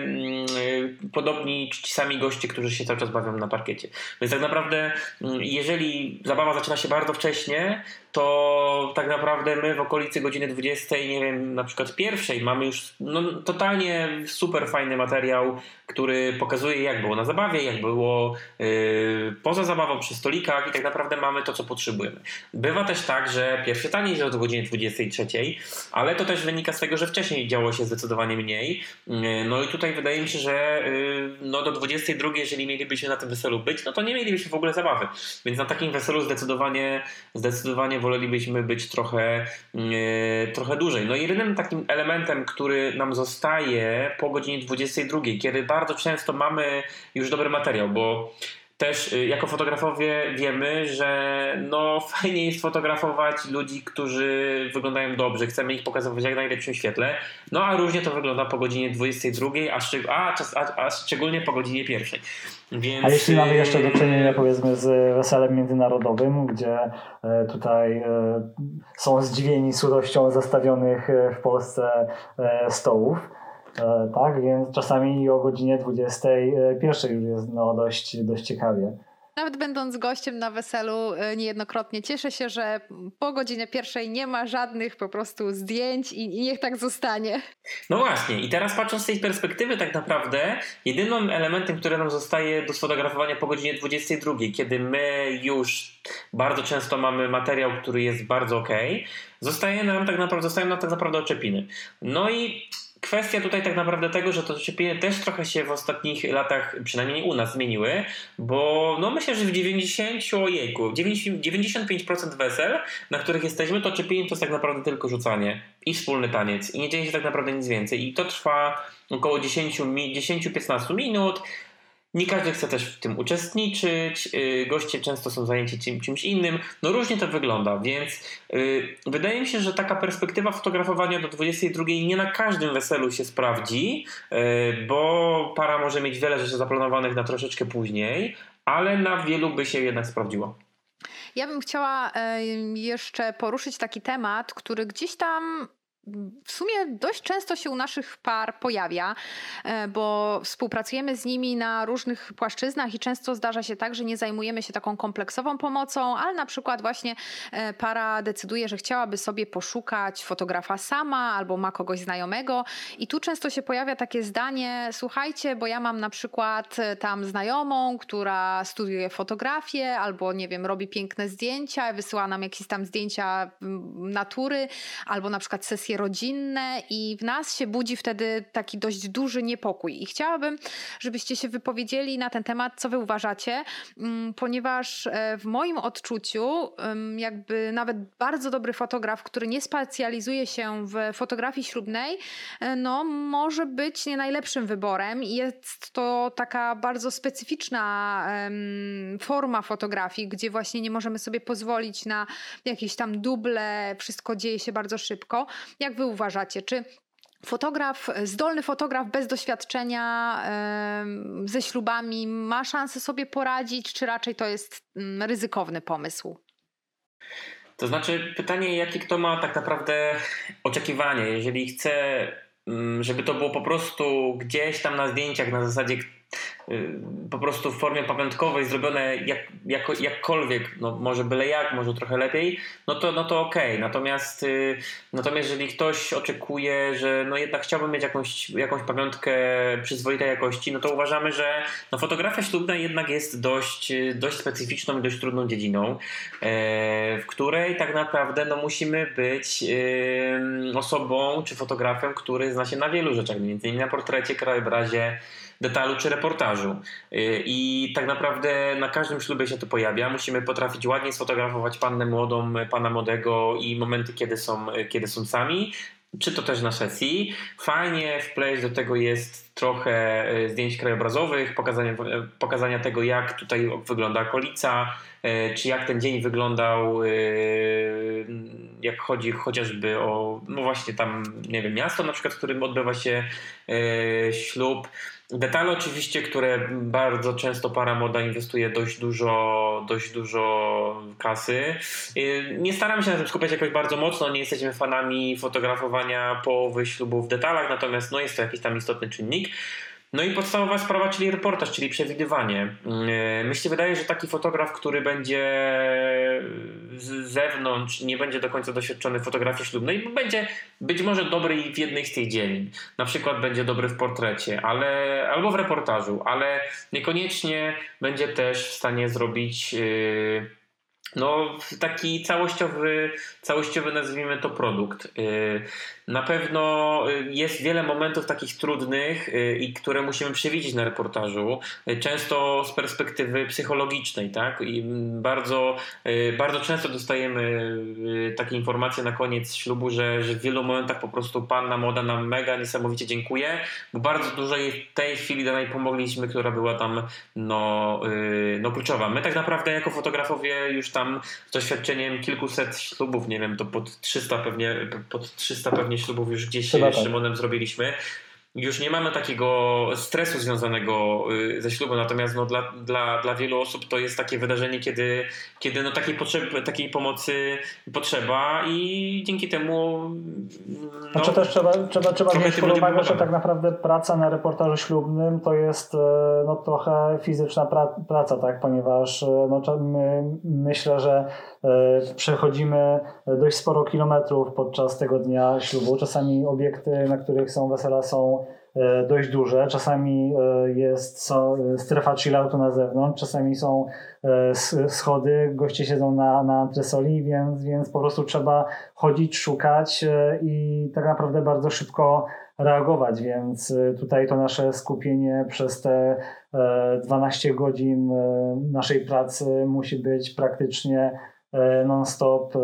podobni ci sami goście, którzy się cały czas bawią na parkiecie. Więc tak naprawdę jeżeli zabawa zaczyna się bardzo wcześnie, to tak naprawdę my w okolicy godziny dwudziestej, nie wiem, na przykład pierwszej mamy już no, totalnie super fajny materiał, który pokazuje, jak było na zabawie, jak było yy, poza zabawą, przy stolikach i tak naprawdę mamy to, co potrzebujemy. Bywa też tak, że pierwsze tanie jest do godziny dwudziestej trzeciej, ale to też wynika z tego, że wcześniej działo się zdecydowanie mniej. Yy, no i tutaj wydaje mi się, że yy, no do dwudziestej drugiej, jeżeli mielibyśmy na tym weselu być, no to nie mielibyśmy w ogóle zabawy. Więc na takim weselu zdecydowanie, zdecydowanie wolelibyśmy być trochę, yy, trochę dłużej. No i jedynym takim elementem, który nam zostaje po godzinie dwudziestej drugiej, kiedy bardzo często mamy już dobry materiał, bo też yy, jako fotografowie wiemy, że no fajnie jest fotografować ludzi, którzy wyglądają dobrze, chcemy ich pokazywać w jak najlepszym świetle, no a różnie to wygląda po godzinie dwudziestej drugiej, a, szczeg- a, a, a szczególnie po godzinie pierwszej. Więc... A jeśli mamy jeszcze do czynienia powiedzmy z weselem międzynarodowym, gdzie tutaj są zdziwieni z ilością zastawionych w Polsce stołów, tak, więc czasami o godzinie dwudziestej pierwszej już jest no, dość, dość ciekawie. Nawet będąc gościem na weselu niejednokrotnie cieszę się, że po godzinie pierwszej nie ma żadnych po prostu zdjęć i niech tak zostanie. No właśnie i teraz patrząc z tej perspektywy tak naprawdę jedynym elementem, który nam zostaje do sfotografowania po godzinie dwudziestej drugiej, kiedy my już bardzo często mamy materiał, który jest bardzo okej, zostaje nam tak naprawdę, zostają nam tak naprawdę oczepiny. No i kwestia tutaj tak naprawdę tego, że te oczepiny też trochę się w ostatnich latach, przynajmniej u nas, zmieniły, bo no myślę, że w dziewięćdziesiąt, ojejku, dziewięćdziesiąt pięć procent wesel, na których jesteśmy, to oczepiny to jest tak naprawdę tylko rzucanie i wspólny taniec i nie dzieje się tak naprawdę nic więcej i to trwa około dziesięć do piętnastu minut. Nie każdy chce też w tym uczestniczyć, goście często są zajęci czym, czymś innym, no różnie to wygląda, więc yy, wydaje mi się, że taka perspektywa fotografowania do dwudziestej drugiej nie na każdym weselu się sprawdzi, yy, bo para może mieć wiele rzeczy zaplanowanych na troszeczkę później, ale na wielu by się jednak sprawdziło. Ja bym chciała jeszcze poruszyć taki temat, który gdzieś tam w sumie dość często się u naszych par pojawia, bo współpracujemy z nimi na różnych płaszczyznach i często zdarza się tak, że nie zajmujemy się taką kompleksową pomocą, ale na przykład właśnie para decyduje, że chciałaby sobie poszukać fotografa sama albo ma kogoś znajomego i tu często się pojawia takie zdanie: słuchajcie, bo ja mam na przykład tam znajomą, która studiuje fotografię albo nie wiem, robi piękne zdjęcia, wysyła nam jakieś tam zdjęcia natury albo na przykład sesje rodzinne i w nas się budzi wtedy taki dość duży niepokój. I chciałabym, żebyście się wypowiedzieli na ten temat, co wy uważacie, ponieważ w moim odczuciu jakby nawet bardzo dobry fotograf, który nie specjalizuje się w fotografii ślubnej, no może być nie najlepszym wyborem i jest to taka bardzo specyficzna forma fotografii, gdzie właśnie nie możemy sobie pozwolić na jakieś tam duble, wszystko dzieje się bardzo szybko. Jak wy uważacie, czy fotograf, zdolny fotograf bez doświadczenia yy, ze ślubami ma szansę sobie poradzić, czy raczej to jest yy, ryzykowny pomysł? To znaczy pytanie, jakie kto ma tak naprawdę oczekiwanie. Jeżeli chce, żeby to było po prostu gdzieś tam na zdjęciach na zasadzie po prostu w formie pamiątkowej zrobione jak, jako, jakkolwiek, no może byle jak, może trochę lepiej, no to, no to okej. Okay. Natomiast, natomiast jeżeli ktoś oczekuje, że no jednak chciałby mieć jakąś, jakąś pamiątkę przyzwoitej jakości, no to uważamy, że no fotografia ślubna jednak jest dość, dość specyficzną i dość trudną dziedziną, w której tak naprawdę no musimy być osobą czy fotografem, który zna się na wielu rzeczach, między innymi na portrecie, krajobrazie, detalu czy reportażu. I tak naprawdę na każdym ślubie się to pojawia. Musimy potrafić ładnie sfotografować pannę młodą, pana młodego i momenty, kiedy są, kiedy są sami, czy to też na sesji. Fajnie wpleść do tego jest trochę zdjęć krajobrazowych, pokazania, pokazania tego, jak tutaj wygląda okolica, czy jak ten dzień wyglądał, jak chodzi chociażby o, no właśnie tam, nie wiem, miasto na przykład, w którym odbywa się ślub. Detale oczywiście, które bardzo często para młoda inwestuje dość dużo, dość dużo kasy. Nie staramy się na tym skupiać jakoś bardzo mocno, nie jesteśmy fanami fotografowania połowy ślubu w detalach, natomiast no jest to jakiś tam istotny czynnik. No i podstawowa sprawa, czyli reportaż, czyli przewidywanie. Mi się wydaje, że taki fotograf, który będzie z zewnątrz, nie będzie do końca doświadczony w fotografii ślubnej, będzie być może dobry w jednej z tych dziedzin. Na przykład będzie dobry w portrecie, ale, albo w reportażu, ale niekoniecznie będzie też w stanie zrobić yy, no, taki całościowy, całościowy, nazwijmy to, produkt. Na pewno jest wiele momentów takich trudnych i które musimy przewidzieć na reportażu, często z perspektywy psychologicznej, tak? I bardzo, bardzo często dostajemy takie informacje na koniec ślubu, że, że w wielu momentach po prostu panna młoda nam mega niesamowicie dziękuję, bo bardzo dużo jej w tej chwili danej pomogliśmy, która była tam no, no kluczowa. My tak naprawdę jako fotografowie już tam z doświadczeniem kilkuset ślubów, nie wiem, to pod trzysta pewnie, pod trzysta pewnie ślubów już gdzieś z Szymonem zrobiliśmy. Już nie mamy takiego stresu związanego ze ślubem, natomiast no, dla, dla, dla wielu osób to jest takie wydarzenie, kiedy, kiedy no, takiej, potrzeby, takiej pomocy potrzeba i dzięki temu no, znaczy też trzeba, trzeba, trzeba wziąć pod uwagę, że tak naprawdę praca na reportażu ślubnym to jest no, trochę fizyczna pra, praca, tak, ponieważ no, my, myślę, że przechodzimy dość sporo kilometrów podczas tego dnia ślubu. Czasami obiekty, na których są wesela, są dość duże. Czasami jest są strefa chilloutu na zewnątrz, czasami są schody, goście siedzą na, na antresoli, więc, więc po prostu trzeba chodzić, szukać i tak naprawdę bardzo szybko reagować, więc tutaj to nasze skupienie przez te dwanaście godzin naszej pracy musi być praktycznie non-stop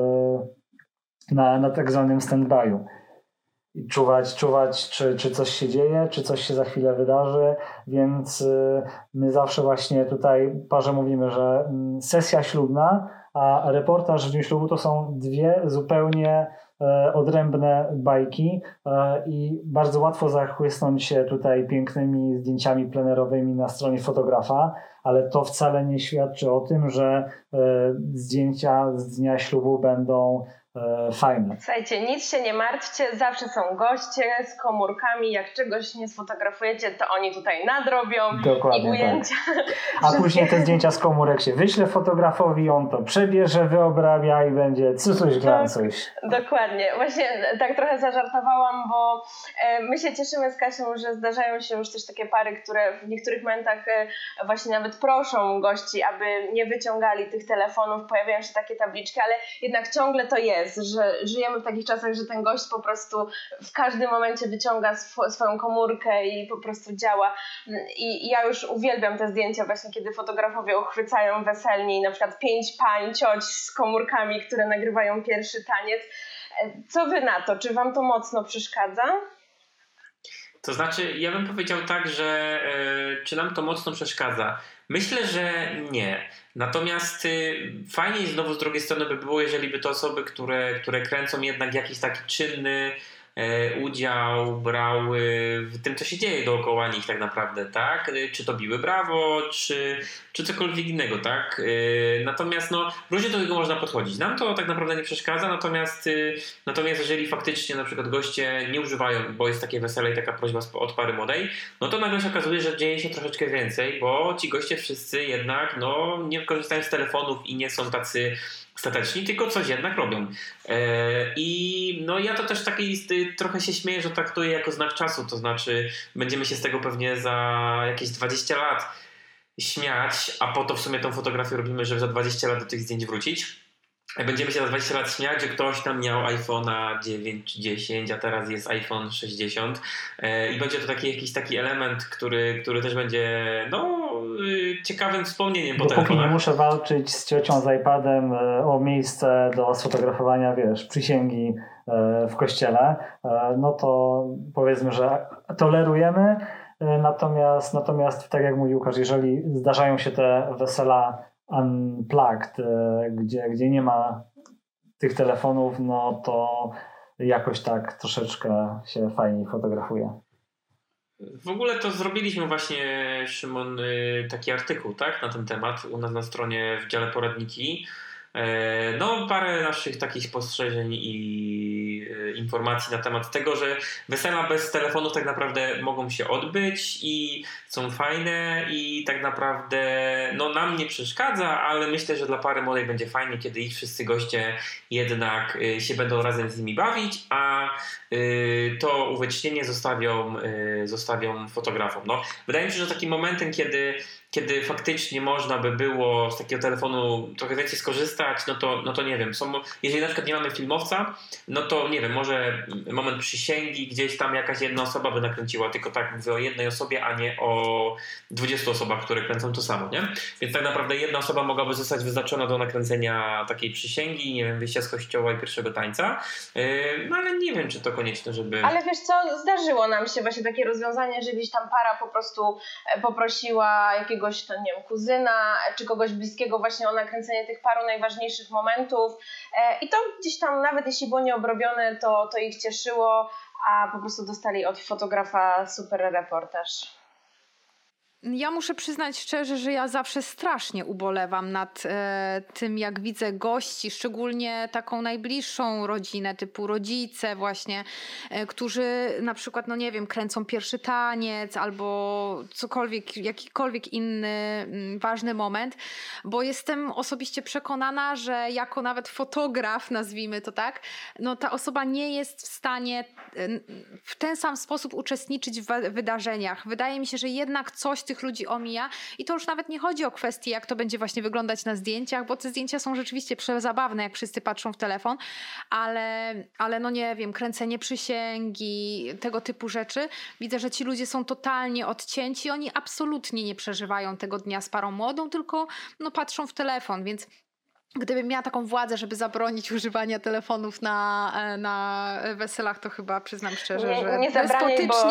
na, na tak zwanym stand-by'u. I czuwać, czuwać czy, czy coś się dzieje, czy coś się za chwilę wydarzy, więc my zawsze właśnie tutaj parze mówimy, że sesja ślubna, a reportaż w dniu ślubu to są dwie zupełnie odrębne bajki i bardzo łatwo zachłysnąć się tutaj pięknymi zdjęciami plenerowymi na stronie fotografa, ale to wcale nie świadczy o tym, że zdjęcia z dnia ślubu będą fajne. Słuchajcie, nic się nie martwcie, zawsze są goście z komórkami, jak czegoś nie sfotografujecie, to oni tutaj nadrobią. Dokładnie, i ujęcia. Tak. A później te zdjęcia z komórek się wyśle fotografowi, on to przebierze, wyobrabia i będzie cycuś glancuś. Dokładnie, właśnie tak trochę zażartowałam, bo my się cieszymy z Kasią, że zdarzają się już też takie pary, które w niektórych momentach właśnie nawet proszą gości, aby nie wyciągali tych telefonów, pojawiają się takie tabliczki, ale jednak ciągle to jest. Że żyjemy w takich czasach, że ten gość po prostu w każdym momencie wyciąga sw- swoją komórkę i po prostu działa. I, I ja już uwielbiam te zdjęcia właśnie, kiedy fotografowie uchwycają weselni, na przykład pięć pań, cioć z komórkami, które nagrywają pierwszy taniec. Co wy na to? Czy wam to mocno przeszkadza? To znaczy, ja bym powiedział tak, że yy, czy nam to mocno przeszkadza? Myślę, że nie. Natomiast y, fajnie znowu z drugiej strony by było, jeżeli by to osoby, które, które kręcą jednak jakiś taki czynny e, udział, brały w tym, co się dzieje dookoła nich tak naprawdę, tak? Czy to biły brawo, czy, czy cokolwiek innego, tak? E, natomiast no, różnie do tego można podchodzić. Nam to tak naprawdę nie przeszkadza, natomiast, y, natomiast jeżeli faktycznie na przykład goście nie używają, bo jest takie wesele i taka prośba od pary młodej, no to nagle się okazuje, że dzieje się troszeczkę więcej, bo ci goście wszyscy jednak no, nie korzystają z telefonów i nie są tacy stateczni, tylko coś jednak robią. I no ja to też taki trochę się śmieję, że traktuję jako znak czasu, to znaczy będziemy się z tego pewnie za jakieś dwadzieścia lat śmiać, a po to w sumie tą fotografię robimy, żeby za dwadzieścia lat do tych zdjęć wrócić. Będziemy się za dwadzieścia lat śmiać, że ktoś tam miał iPhone'a dziewięć czy dziesięć, a teraz jest iPhone sześćdziesiąt i będzie to taki jakiś taki element, który, który też będzie no, ciekawym wspomnieniem po Dopóki telefonach. nie muszę walczyć z ciocią z iPadem o miejsce do sfotografowania, wiesz, przysięgi w kościele, no to powiedzmy, że tolerujemy, natomiast, natomiast tak jak mówił Łukasz, jeżeli zdarzają się te wesela unplugged, gdzie, gdzie nie ma tych telefonów, no to jakoś tak troszeczkę się fajniej fotografuje. W ogóle to zrobiliśmy właśnie, Szymon, taki artykuł, tak, na ten temat u nas na stronie w dziale poradniki. No, parę naszych takich spostrzeżeń i informacji na temat tego, że wesela bez telefonów tak naprawdę mogą się odbyć i są fajne i tak naprawdę no, nam nie przeszkadza, ale myślę, że dla pary młodej będzie fajnie, kiedy ich wszyscy goście jednak się będą razem z nimi bawić, a to uwiecznienie zostawią, zostawią fotografom. No, wydaje mi się, że takim momentem, kiedy kiedy faktycznie można by było z takiego telefonu trochę więcej skorzystać, no to, no to nie wiem, są, jeżeli na przykład nie mamy filmowca, no to nie wiem, może moment przysięgi, gdzieś tam jakaś jedna osoba by nakręciła, tylko tak mówię o jednej osobie, a nie o dwudziestu osobach, które kręcą to samo, nie? Więc tak naprawdę jedna osoba mogłaby zostać wyznaczona do nakręcenia takiej przysięgi, nie wiem, wyjścia z kościoła i pierwszego tańca, yy, no ale nie wiem, czy to konieczne, żeby... Ale wiesz co, zdarzyło nam się właśnie takie rozwiązanie, że gdzieś tam para po prostu poprosiła jakiegoś to, nie wiem, kuzyna czy kogoś bliskiego właśnie o nakręcenie tych paru najważniejszych momentów i to gdzieś tam nawet jeśli było nieobrobione, to, to ich cieszyło, a po prostu dostali od fotografa super reportaż. Ja muszę przyznać szczerze, że ja zawsze strasznie ubolewam nad e, tym, jak widzę gości, szczególnie taką najbliższą rodzinę, typu rodzice właśnie, e, którzy na przykład, no nie wiem, kręcą pierwszy taniec albo cokolwiek, jakikolwiek inny m, ważny moment, bo jestem osobiście przekonana, że jako nawet fotograf, nazwijmy to tak, no ta osoba nie jest w stanie e, w ten sam sposób uczestniczyć w wydarzeniach. Wydaje mi się, że jednak coś tych ludzi omija i to już nawet nie chodzi o kwestię, jak to będzie właśnie wyglądać na zdjęciach, bo te zdjęcia są rzeczywiście przezabawne, jak wszyscy patrzą w telefon, ale, ale no nie wiem, kręcenie przysięgi, tego typu rzeczy. Widzę, że ci ludzie są totalnie odcięci, oni absolutnie nie przeżywają tego dnia z parą młodą, tylko no patrzą w telefon, więc gdybym miała taką władzę, żeby zabronić używania telefonów na, na weselach, to chyba przyznam szczerze, nie, że nie zabraniaj, despotycznie... bo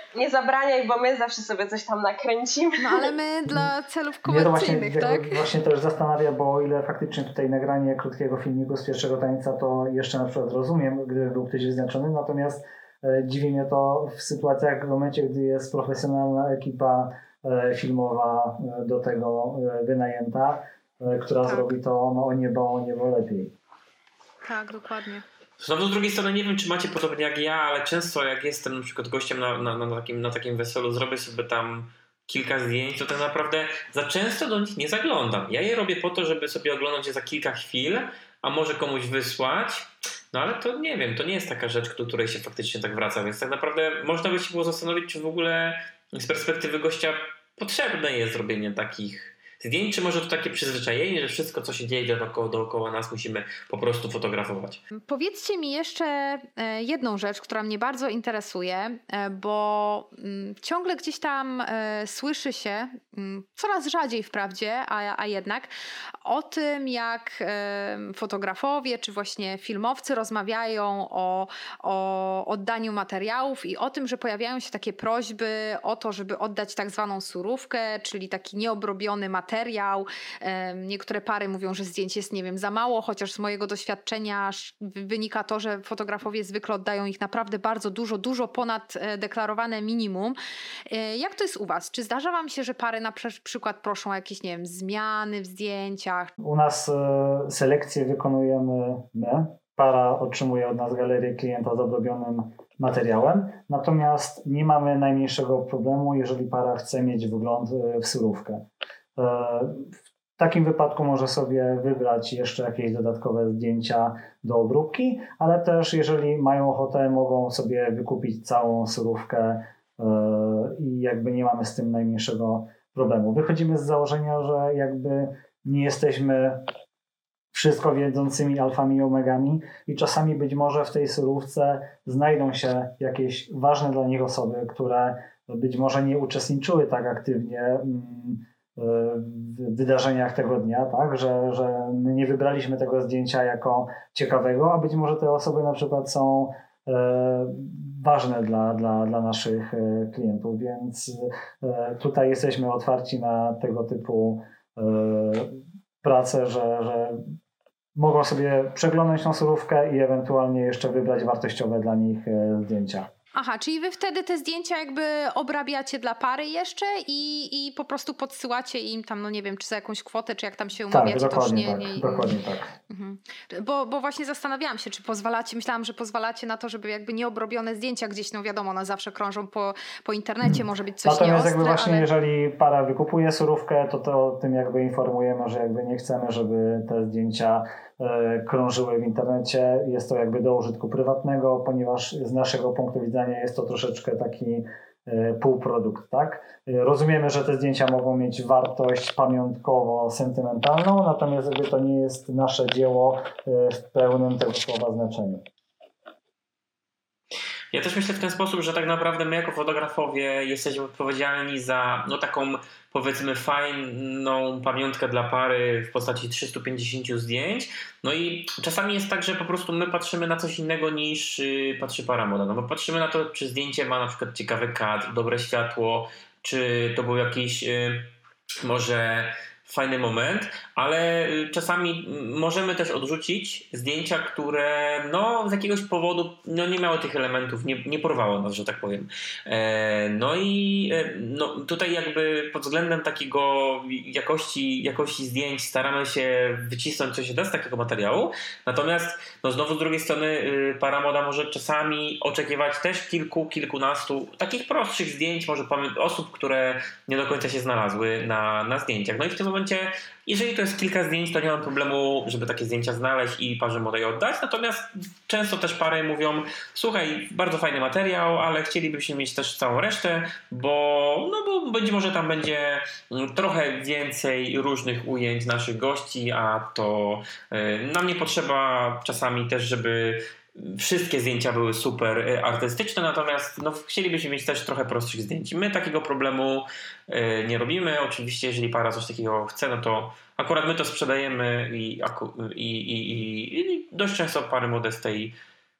nie zabraniaj, bo my zawsze sobie coś tam nakręcimy. No ale my dla celów Mnie to właśnie, komercyjnych, tak? właśnie też zastanawia, bo o ile faktycznie tutaj nagranie krótkiego filmiku z pierwszego tańca to jeszcze na przykład rozumiem, gdyby był ktoś wyznaczony, natomiast e, dziwi mnie to w sytuacjach, w momencie, gdy jest profesjonalna ekipa e, filmowa e, do tego e, wynajęta, e, która Tak. zrobi to no, o niebo, o niebo lepiej. Tak, dokładnie. Znowu z drugiej strony nie wiem, czy macie podobnie jak ja, ale często jak jestem na przykład gościem na, na, na, takim, na takim weselu, zrobię sobie tam kilka zdjęć, to tak naprawdę za często do nich nie zaglądam. Ja je robię po to, żeby sobie oglądać je za kilka chwil, a może komuś wysłać. No ale to nie wiem, to nie jest taka rzecz, do której się faktycznie tak wraca, więc tak naprawdę można by się było zastanowić, czy w ogóle z perspektywy gościa potrzebne jest zrobienie takich zdjęć, czy może to takie przyzwyczajenie, że wszystko, co się dzieje dookoła, dookoła nas, musimy po prostu fotografować. Powiedzcie mi jeszcze e, jedną rzecz, która mnie bardzo interesuje, e, bo mm, ciągle gdzieś tam e, słyszy się, mm, coraz rzadziej wprawdzie, a, a jednak, o tym, jak e, fotografowie czy właśnie filmowcy rozmawiają o, o oddaniu materiałów i o tym, że pojawiają się takie prośby o to, żeby oddać tak zwaną surówkę, czyli taki nieobrobiony materiał. materiał. Niektóre pary mówią, że zdjęć jest, nie wiem, za mało, chociaż z mojego doświadczenia wynika to, że fotografowie zwykle oddają ich naprawdę bardzo dużo, dużo ponad deklarowane minimum. Jak to jest u was? Czy zdarza wam się, że pary na przykład proszą o jakieś, nie wiem, zmiany w zdjęciach? U nas selekcję wykonujemy my. Para otrzymuje od nas galerię klienta z obrobionym materiałem, natomiast nie mamy najmniejszego problemu, jeżeli para chce mieć wgląd w surówkę. W takim wypadku może sobie wybrać jeszcze jakieś dodatkowe zdjęcia do obróbki, ale też jeżeli mają ochotę, mogą sobie wykupić całą surówkę i jakby nie mamy z tym najmniejszego problemu. Wychodzimy z założenia, że jakby nie jesteśmy wszystko wiedzącymi alfami i omegami i czasami być może w tej surówce znajdą się jakieś ważne dla nich osoby, które być może nie uczestniczyły tak aktywnie w wydarzeniach tego dnia, tak, że, że my nie wybraliśmy tego zdjęcia jako ciekawego, a być może te osoby na przykład są e, ważne dla, dla, dla naszych klientów, więc e, tutaj jesteśmy otwarci na tego typu e, pracę, że, że mogą sobie przeglądać tą surówkę i ewentualnie jeszcze wybrać wartościowe dla nich zdjęcia. Aha, czyli wy wtedy te zdjęcia jakby obrabiacie dla pary jeszcze i, i po prostu podsyłacie im tam, no nie wiem, czy za jakąś kwotę, czy jak tam się umawiacie, tak, to już nie... tak, nie... dokładnie tak. Mhm. Bo, bo właśnie zastanawiałam się, czy pozwalacie, myślałam, że pozwalacie na to, żeby jakby nieobrobione zdjęcia gdzieś, no wiadomo, one zawsze krążą po, po internecie, może być coś Natomiast nieostre, jakby właśnie ale... jeżeli para wykupuje surówkę, to, to o tym jakby informujemy, że jakby nie chcemy, żeby te zdjęcia e, krążyły w internecie. Jest to jakby do użytku prywatnego, ponieważ z naszego punktu widzenia jest to troszeczkę taki e, półprodukt, tak? E, rozumiemy, że te zdjęcia mogą mieć wartość pamiątkowo-sentymentalną, natomiast jakby to nie jest nasze dzieło e, w pełnym tego słowa znaczeniu. Ja też myślę w ten sposób, że tak naprawdę my jako fotografowie jesteśmy odpowiedzialni za no taką, powiedzmy, fajną pamiątkę dla pary w postaci trzystu pięćdziesięciu zdjęć. No i czasami jest tak, że po prostu my patrzymy na coś innego niż yy, patrzy para moda. No bo patrzymy na to, czy zdjęcie ma na przykład ciekawy kadr, dobre światło, czy to był jakiś yy, może fajny moment, ale czasami możemy też odrzucić zdjęcia, które no z jakiegoś powodu no, nie miały tych elementów, nie, nie porwało nas, że tak powiem. E, no i e, no, tutaj jakby pod względem takiego jakości, jakości zdjęć staramy się wycisnąć co się da z takiego materiału, natomiast no, znowu z drugiej strony y, para moda może czasami oczekiwać też kilku, kilkunastu takich prostszych zdjęć, może osób, które nie do końca się znalazły na, na zdjęciach. No i w tym momencie, jeżeli to jest kilka zdjęć, to nie mam problemu, żeby takie zdjęcia znaleźć i parze młodej oddać. Natomiast często też pary mówią: słuchaj, bardzo fajny materiał, ale chcielibyśmy mieć też całą resztę, bo, no bo być może tam będzie trochę więcej różnych ujęć naszych gości, a to yy, nam nie potrzeba czasami też, żeby wszystkie zdjęcia były super artystyczne, natomiast no, chcielibyśmy mieć też trochę prostszych zdjęć. My takiego problemu y, nie robimy. Oczywiście, jeżeli para coś takiego chce, no to akurat my to sprzedajemy i, i, i, i dość często pary młode z tej,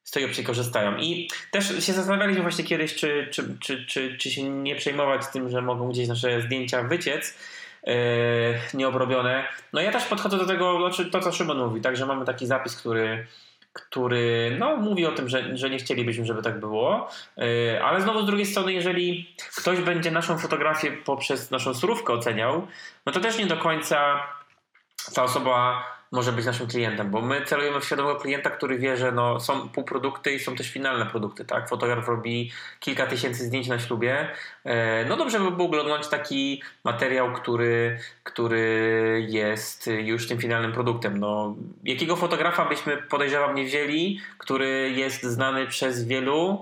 z tej opcji korzystają. I też się zastanawialiśmy właśnie kiedyś, czy, czy, czy, czy, czy się nie przejmować tym, że mogą gdzieś nasze zdjęcia wyciec yy, nieobrobione. No ja też podchodzę do tego, znaczy to co Szymon mówi, tak, że mamy taki zapis, który który no, mówi o tym, że, że nie chcielibyśmy, żeby tak było, yy, ale znowu z drugiej strony, jeżeli ktoś będzie naszą fotografię poprzez naszą surówkę oceniał, no to też nie do końca ta osoba może być naszym klientem, bo my celujemy w świadomego klienta, który wie, że no, są półprodukty i są też finalne produkty, tak? Fotograf robi kilka tysięcy zdjęć na ślubie. No dobrze by było oglądać taki materiał, który, który jest już tym finalnym produktem. No, jakiego fotografa byśmy, podejrzewam, nie wzięli, który jest znany przez wielu.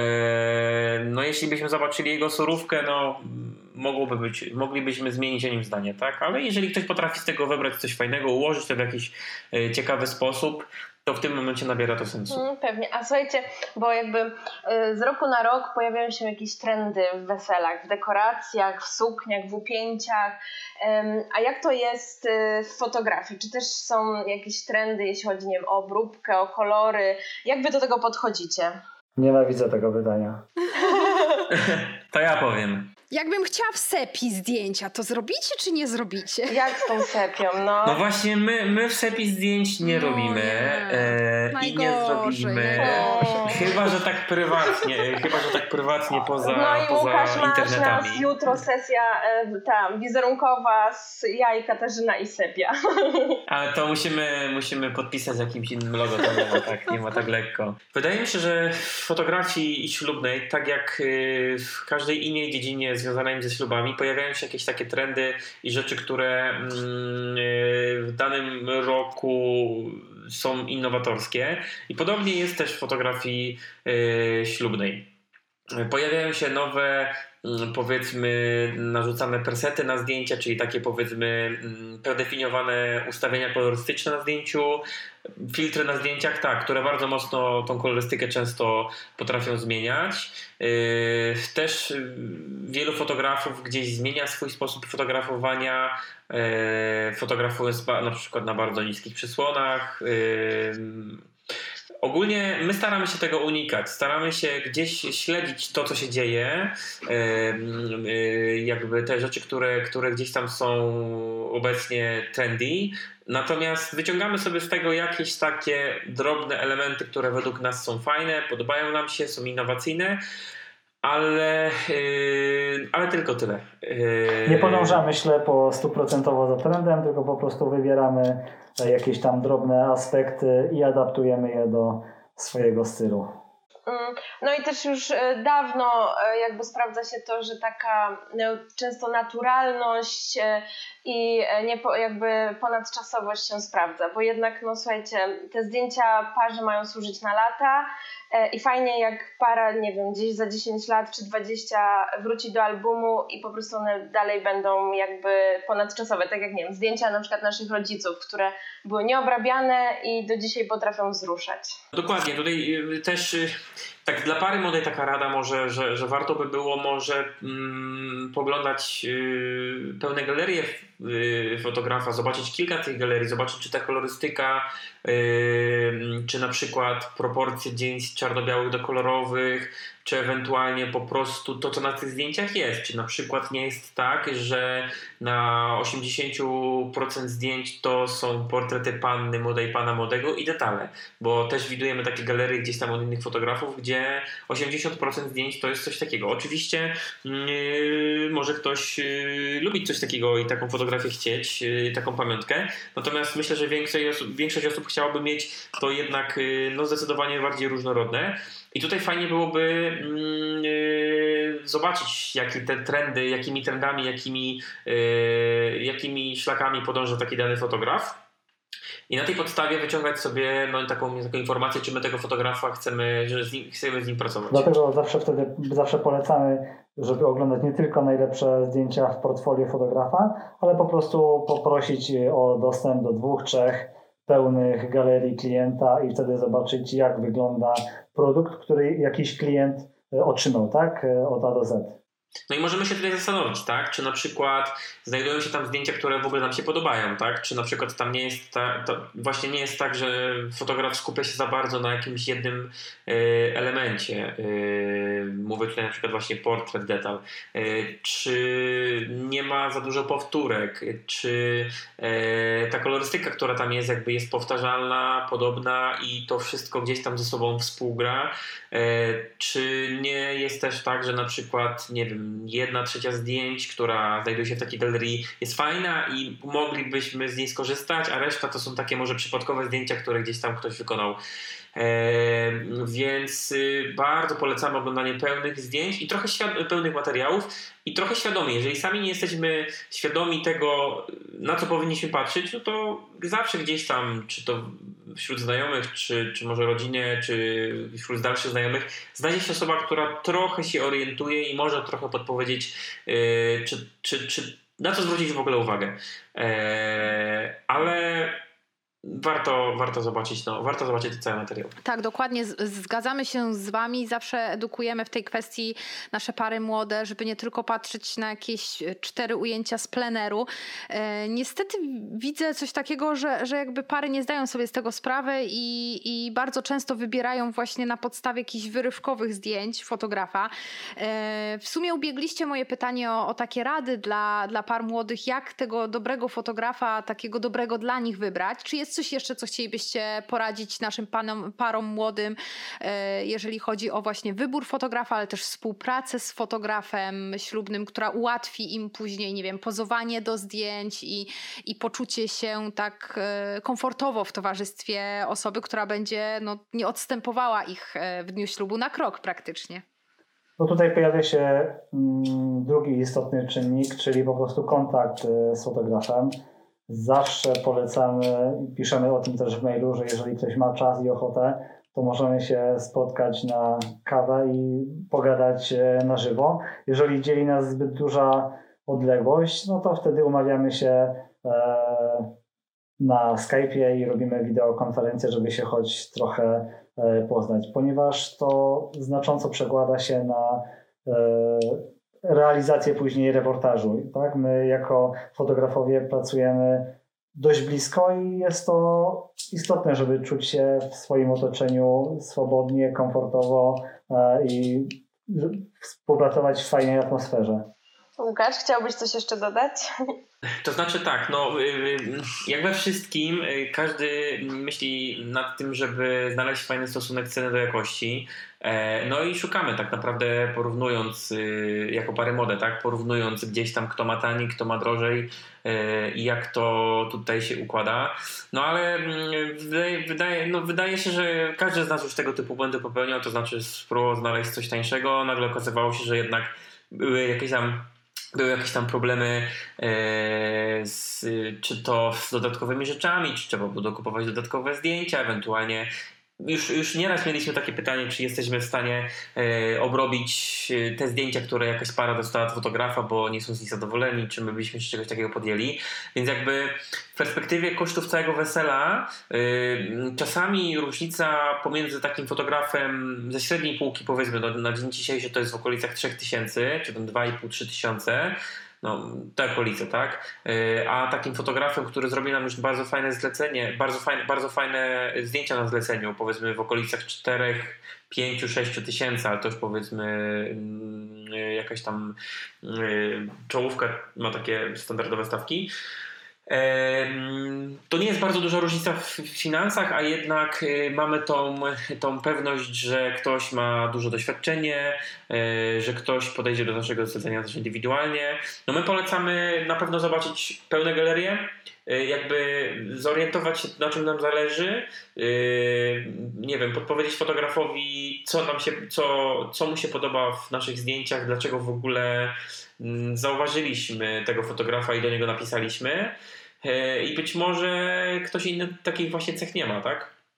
No jeśli byśmy zobaczyli jego surówkę, no mogłoby być, moglibyśmy zmienić o nim zdanie, tak? Ale jeżeli ktoś potrafi z tego wybrać coś fajnego, ułożyć to w jakiś ciekawy sposób, to w tym momencie nabiera to sensu. Mm, pewnie. A słuchajcie, bo jakby y, z roku na rok pojawiają się jakieś trendy w weselach, w dekoracjach, w sukniach, w upięciach. Ym, a jak to jest y, w fotografii? Czy też są jakieś trendy, jeśli chodzi, nie wiem, o obróbkę, o kolory? Jak wy do tego podchodzicie? Nienawidzę tego pytania. To ja powiem. Jakbym chciała w sepi zdjęcia, to zrobicie czy nie zrobicie? Jak z tą sepią? No, No właśnie, my, my w sepi zdjęć nie No robimy nie. e, i nie Najgorzej, zrobimy. najgorzej. Chyba, że tak prywatnie, chyba, że tak prywatnie poza, no i poza Łukasz, masz internetami. nas jutro sesja y, tam wizerunkowa z ja i Katarzyna i Sepia. Ale to musimy, musimy podpisać jakimś innym logo, to nie ma tak, nie ma tak lekko. Wydaje mi się, że w fotografii ślubnej, tak jak w każdej innej dziedzinie związanej ze ślubami, pojawiają się jakieś takie trendy i rzeczy, które w danym roku są innowatorskie. I podobnie jest też w fotografii ślubnej. Pojawiają się nowe, powiedzmy, narzucane presety na zdjęcia, czyli takie, powiedzmy, predefiniowane ustawienia kolorystyczne na zdjęciu, filtry na zdjęciach, tak, które bardzo mocno tą kolorystykę często potrafią zmieniać. Też wielu fotografów gdzieś zmienia swój sposób fotografowania, fotografując na przykład na bardzo niskich przysłonach. Ogólnie my staramy się tego unikać, staramy się gdzieś śledzić to, co się dzieje, jakby te rzeczy, które, które gdzieś tam są obecnie trendy, natomiast wyciągamy sobie z tego jakieś takie drobne elementy, które według nas są fajne, podobają nam się, są innowacyjne, ale, ale tylko tyle. Nie podążamy ślepo stuprocentowo za trendem, tylko po prostu wybieramy jakieś tam drobne aspekty i adaptujemy je do swojego stylu. No i też już dawno jakby sprawdza się to, że taka często naturalność i nie jakby ponadczasowość się sprawdza, bo jednak no słuchajcie, te zdjęcia parzy mają służyć na lata i fajnie jak para, nie wiem, gdzieś za dziesięć lat czy dwadzieścia wróci do albumu i po prostu one dalej będą jakby ponadczasowe, tak jak nie wiem, zdjęcia na przykład naszych rodziców, które były nieobrabiane i do dzisiaj potrafią wzruszać. Dokładnie, tutaj też tak dla pary młodej taka rada może, że, że warto by było może mm, poglądać yy, pełne galerie yy, fotografa, zobaczyć kilka tych galerii, zobaczyć czy ta kolorystyka, yy, czy na przykład proporcje zdjęć czarno-białych do kolorowych, czy ewentualnie po prostu to, co na tych zdjęciach jest. Czy na przykład nie jest tak, że na osiemdziesiąt procent zdjęć to są portrety panny młodej, pana młodego i detale. Bo też widujemy takie galerie gdzieś tam od innych fotografów, gdzie osiemdziesiąt procent zdjęć to jest coś takiego. Oczywiście yy, może ktoś yy, lubić coś takiego i taką fotografię chcieć, yy, taką pamiątkę. Natomiast myślę, że większość osób, większość osób chciałaby mieć to jednak yy, no zdecydowanie bardziej różnorodne. I tutaj fajnie byłoby yy, zobaczyć, jakie te trendy, jakimi trendami, jakimi, yy, jakimi szlakami podąża taki dany fotograf. I na tej podstawie wyciągać sobie no, taką, taką informację, czy my tego fotografa chcemy, że z nim, chcemy z nim pracować. Dlatego zawsze wtedy zawsze polecamy, żeby oglądać nie tylko najlepsze zdjęcia w portfolio fotografa, ale po prostu poprosić o dostęp do dwóch, trzech pełnych galerii klienta i wtedy zobaczyć, jak wygląda produkt, który jakiś klient otrzymał, tak? Od A do Z. No i możemy się tutaj zastanowić, tak? Czy na przykład znajdują się tam zdjęcia, które w ogóle nam się podobają, tak? Czy na przykład tam nie jest ta, to właśnie nie jest tak, że fotograf skupia się za bardzo na jakimś jednym y, elemencie. Y, mówię tutaj na przykład właśnie portret, detal. Y, czy nie ma za dużo powtórek? Czy y, ta kolorystyka, która tam jest, jakby jest powtarzalna, podobna i to wszystko gdzieś tam ze sobą współgra? Y, czy nie jest też tak, że na przykład, nie wiem, jedna trzecia zdjęć, która znajduje się w takiej galerii, jest fajna i moglibyśmy z niej skorzystać, a reszta to są takie może przypadkowe zdjęcia, które gdzieś tam ktoś wykonał. Eee, więc y, bardzo polecamy oglądanie pełnych zdjęć i trochę świad- pełnych materiałów i trochę świadomie. Jeżeli sami nie jesteśmy świadomi tego, na co powinniśmy patrzeć, no to zawsze gdzieś tam, czy to wśród znajomych, czy, czy może rodzinie, czy wśród dalszych znajomych, znajdzie się osoba, która trochę się orientuje i może trochę podpowiedzieć, yy, czy, czy, czy na co zwrócić w ogóle uwagę. Yy, ale warto, warto zobaczyć, no, warto zobaczyć ten cały materiał. Tak, dokładnie. Z- Zgadzamy się z wami. Zawsze edukujemy w tej kwestii nasze pary młode, żeby nie tylko patrzeć na jakieś cztery ujęcia z pleneru. E, niestety widzę coś takiego, że, że jakby pary nie zdają sobie z tego sprawy i, i bardzo często wybierają właśnie na podstawie jakichś wyrywkowych zdjęć fotografa. E, w sumie ubiegliście moje pytanie o, o takie rady dla, dla par młodych, jak tego dobrego fotografa, takiego dobrego dla nich wybrać. Czy jest coś jeszcze, co chcielibyście poradzić naszym panom, parom młodym, e, jeżeli chodzi o właśnie wybór fotografa, ale też współpracę z fotografem ślubnym, która ułatwi im później, nie wiem, pozowanie do zdjęć i, i poczucie się tak e, komfortowo w towarzystwie osoby, która będzie no, nie odstępowała ich e, w dniu ślubu na krok praktycznie. No tutaj pojawia się mm, drugi istotny czynnik, czyli po prostu kontakt y, z fotografem. Zawsze polecamy, piszemy o tym też w mailu, że jeżeli ktoś ma czas i ochotę, to możemy się spotkać na kawę i pogadać na żywo. Jeżeli dzieli nas zbyt duża odległość, no to wtedy umawiamy się na Skype'ie i robimy wideokonferencję, żeby się choć trochę poznać, ponieważ to znacząco przekłada się na realizację później reportażu. Tak? My jako fotografowie pracujemy dość blisko i jest to istotne, żeby czuć się w swoim otoczeniu swobodnie, komfortowo i współpracować w fajnej atmosferze. Łukasz, chciałbyś coś jeszcze dodać? To znaczy tak, no jak we wszystkim, każdy myśli nad tym, żeby znaleźć fajny stosunek ceny do jakości. No i szukamy tak naprawdę, porównując jako pary młode, tak, porównując gdzieś tam kto ma taniej, kto ma drożej i jak to tutaj się układa. No ale wydaje, wydaje, no wydaje się, że każdy z nas już tego typu błędy popełniał, to znaczy spróbował znaleźć coś tańszego, nagle okazywało się, że jednak były jakieś tam Były jakieś tam problemy e, z, czy to z dodatkowymi rzeczami, czy trzeba było dokupować dodatkowe zdjęcia, ewentualnie już, już nieraz mieliśmy takie pytanie, czy jesteśmy w stanie e, obrobić te zdjęcia, które jakaś para dostała od fotografa, bo nie są z nich zadowoleni, czy my byśmy się czegoś takiego podjęli. Więc jakby w perspektywie kosztów całego wesela e, czasami różnica pomiędzy takim fotografem ze średniej półki, powiedzmy no, na dzień dzisiejszy to jest w okolicach trzy tysiące, czy tam dwa i pół do trzech tysięcy, no te okolice, tak? A takim fotografem, który zrobi nam już bardzo fajne zlecenie, bardzo fajne, bardzo fajne zdjęcia na zleceniu, powiedzmy w okolicach czterech, pięciu, sześciu tysięcy, ale to już powiedzmy jakaś tam czołówka ma takie standardowe stawki. To nie jest bardzo duża różnica w finansach, a jednak mamy tą, tą pewność, że ktoś ma duże doświadczenie, że ktoś podejdzie do naszego zlecenia też indywidualnie. No my polecamy na pewno zobaczyć pełne galerie, jakby zorientować się, na czym nam zależy, nie wiem, podpowiedzieć fotografowi, co nam się, co, co mu się podoba w naszych zdjęciach, dlaczego w ogóle zauważyliśmy tego fotografa i do niego napisaliśmy. I być może ktoś inny takich właśnie cech nie ma, tak?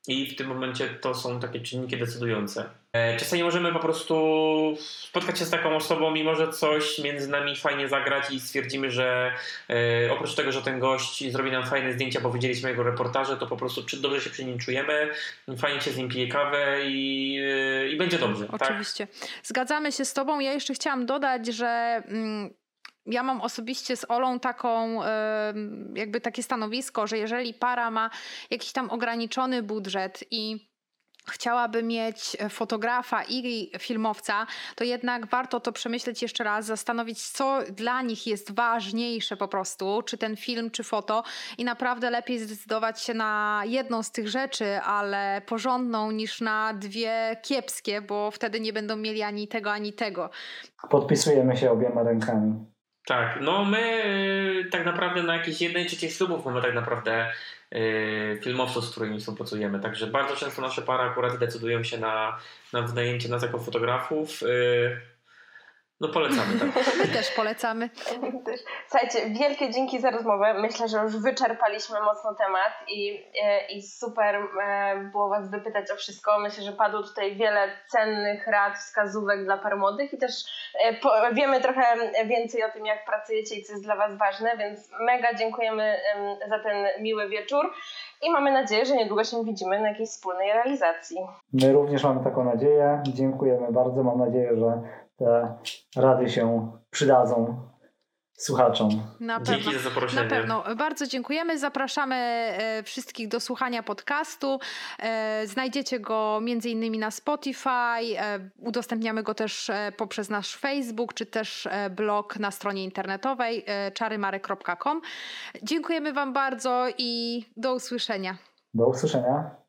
I w tym momencie to są takie czynniki decydujące. Czasami możemy po prostu spotkać się z taką osobą, mimo że coś między nami fajnie zagrać i stwierdzimy, że e, oprócz tego, że ten gość zrobi nam fajne zdjęcia, bo widzieliśmy jego reportaże, to po prostu czy dobrze się przy nim czujemy, fajnie się z nim pije kawę i, e, i będzie dobrze. Oczywiście. Tak? Zgadzamy się z tobą. Ja jeszcze chciałam dodać, że... Mm, ja mam osobiście z Olą taką, jakby takie stanowisko, że jeżeli para ma jakiś tam ograniczony budżet i chciałaby mieć fotografa i filmowca, to jednak warto to przemyśleć jeszcze raz, zastanowić, co dla nich jest ważniejsze po prostu, czy ten film, czy foto, i naprawdę lepiej zdecydować się na jedną z tych rzeczy, ale porządną, niż na dwie kiepskie, bo wtedy nie będą mieli ani tego, ani tego. Podpisujemy się obiema rękami. Tak, no my y, tak naprawdę na jakiejś jednej trzeciej ślubów mamy tak naprawdę y, filmowców, z którymi współpracujemy. Także bardzo często nasze pary akurat decydują się na, na wynajęcie nas jako fotografów. Y, no polecamy, tak. My też polecamy. Słuchajcie, wielkie dzięki za rozmowę. Myślę, że już wyczerpaliśmy mocno temat i, i super było Was wypytać o wszystko. Myślę, że padło tutaj wiele cennych rad, wskazówek dla par młodych i też wiemy trochę więcej o tym, jak pracujecie i co jest dla Was ważne, więc mega dziękujemy za ten miły wieczór i mamy nadzieję, że niedługo się widzimy na jakiejś wspólnej realizacji. My również mamy taką nadzieję. Dziękujemy bardzo. Mam nadzieję, że te rady się przydadzą słuchaczom. Na pewno. Dzięki za zaproszenie. Na pewno. Bardzo dziękujemy. Zapraszamy e, wszystkich do słuchania podcastu. E, znajdziecie go między innymi na Spotify. E, udostępniamy go też e, poprzez nasz Facebook, czy też e, blog na stronie internetowej e, czarymary kropka com. Dziękujemy Wam bardzo i do usłyszenia. Do usłyszenia.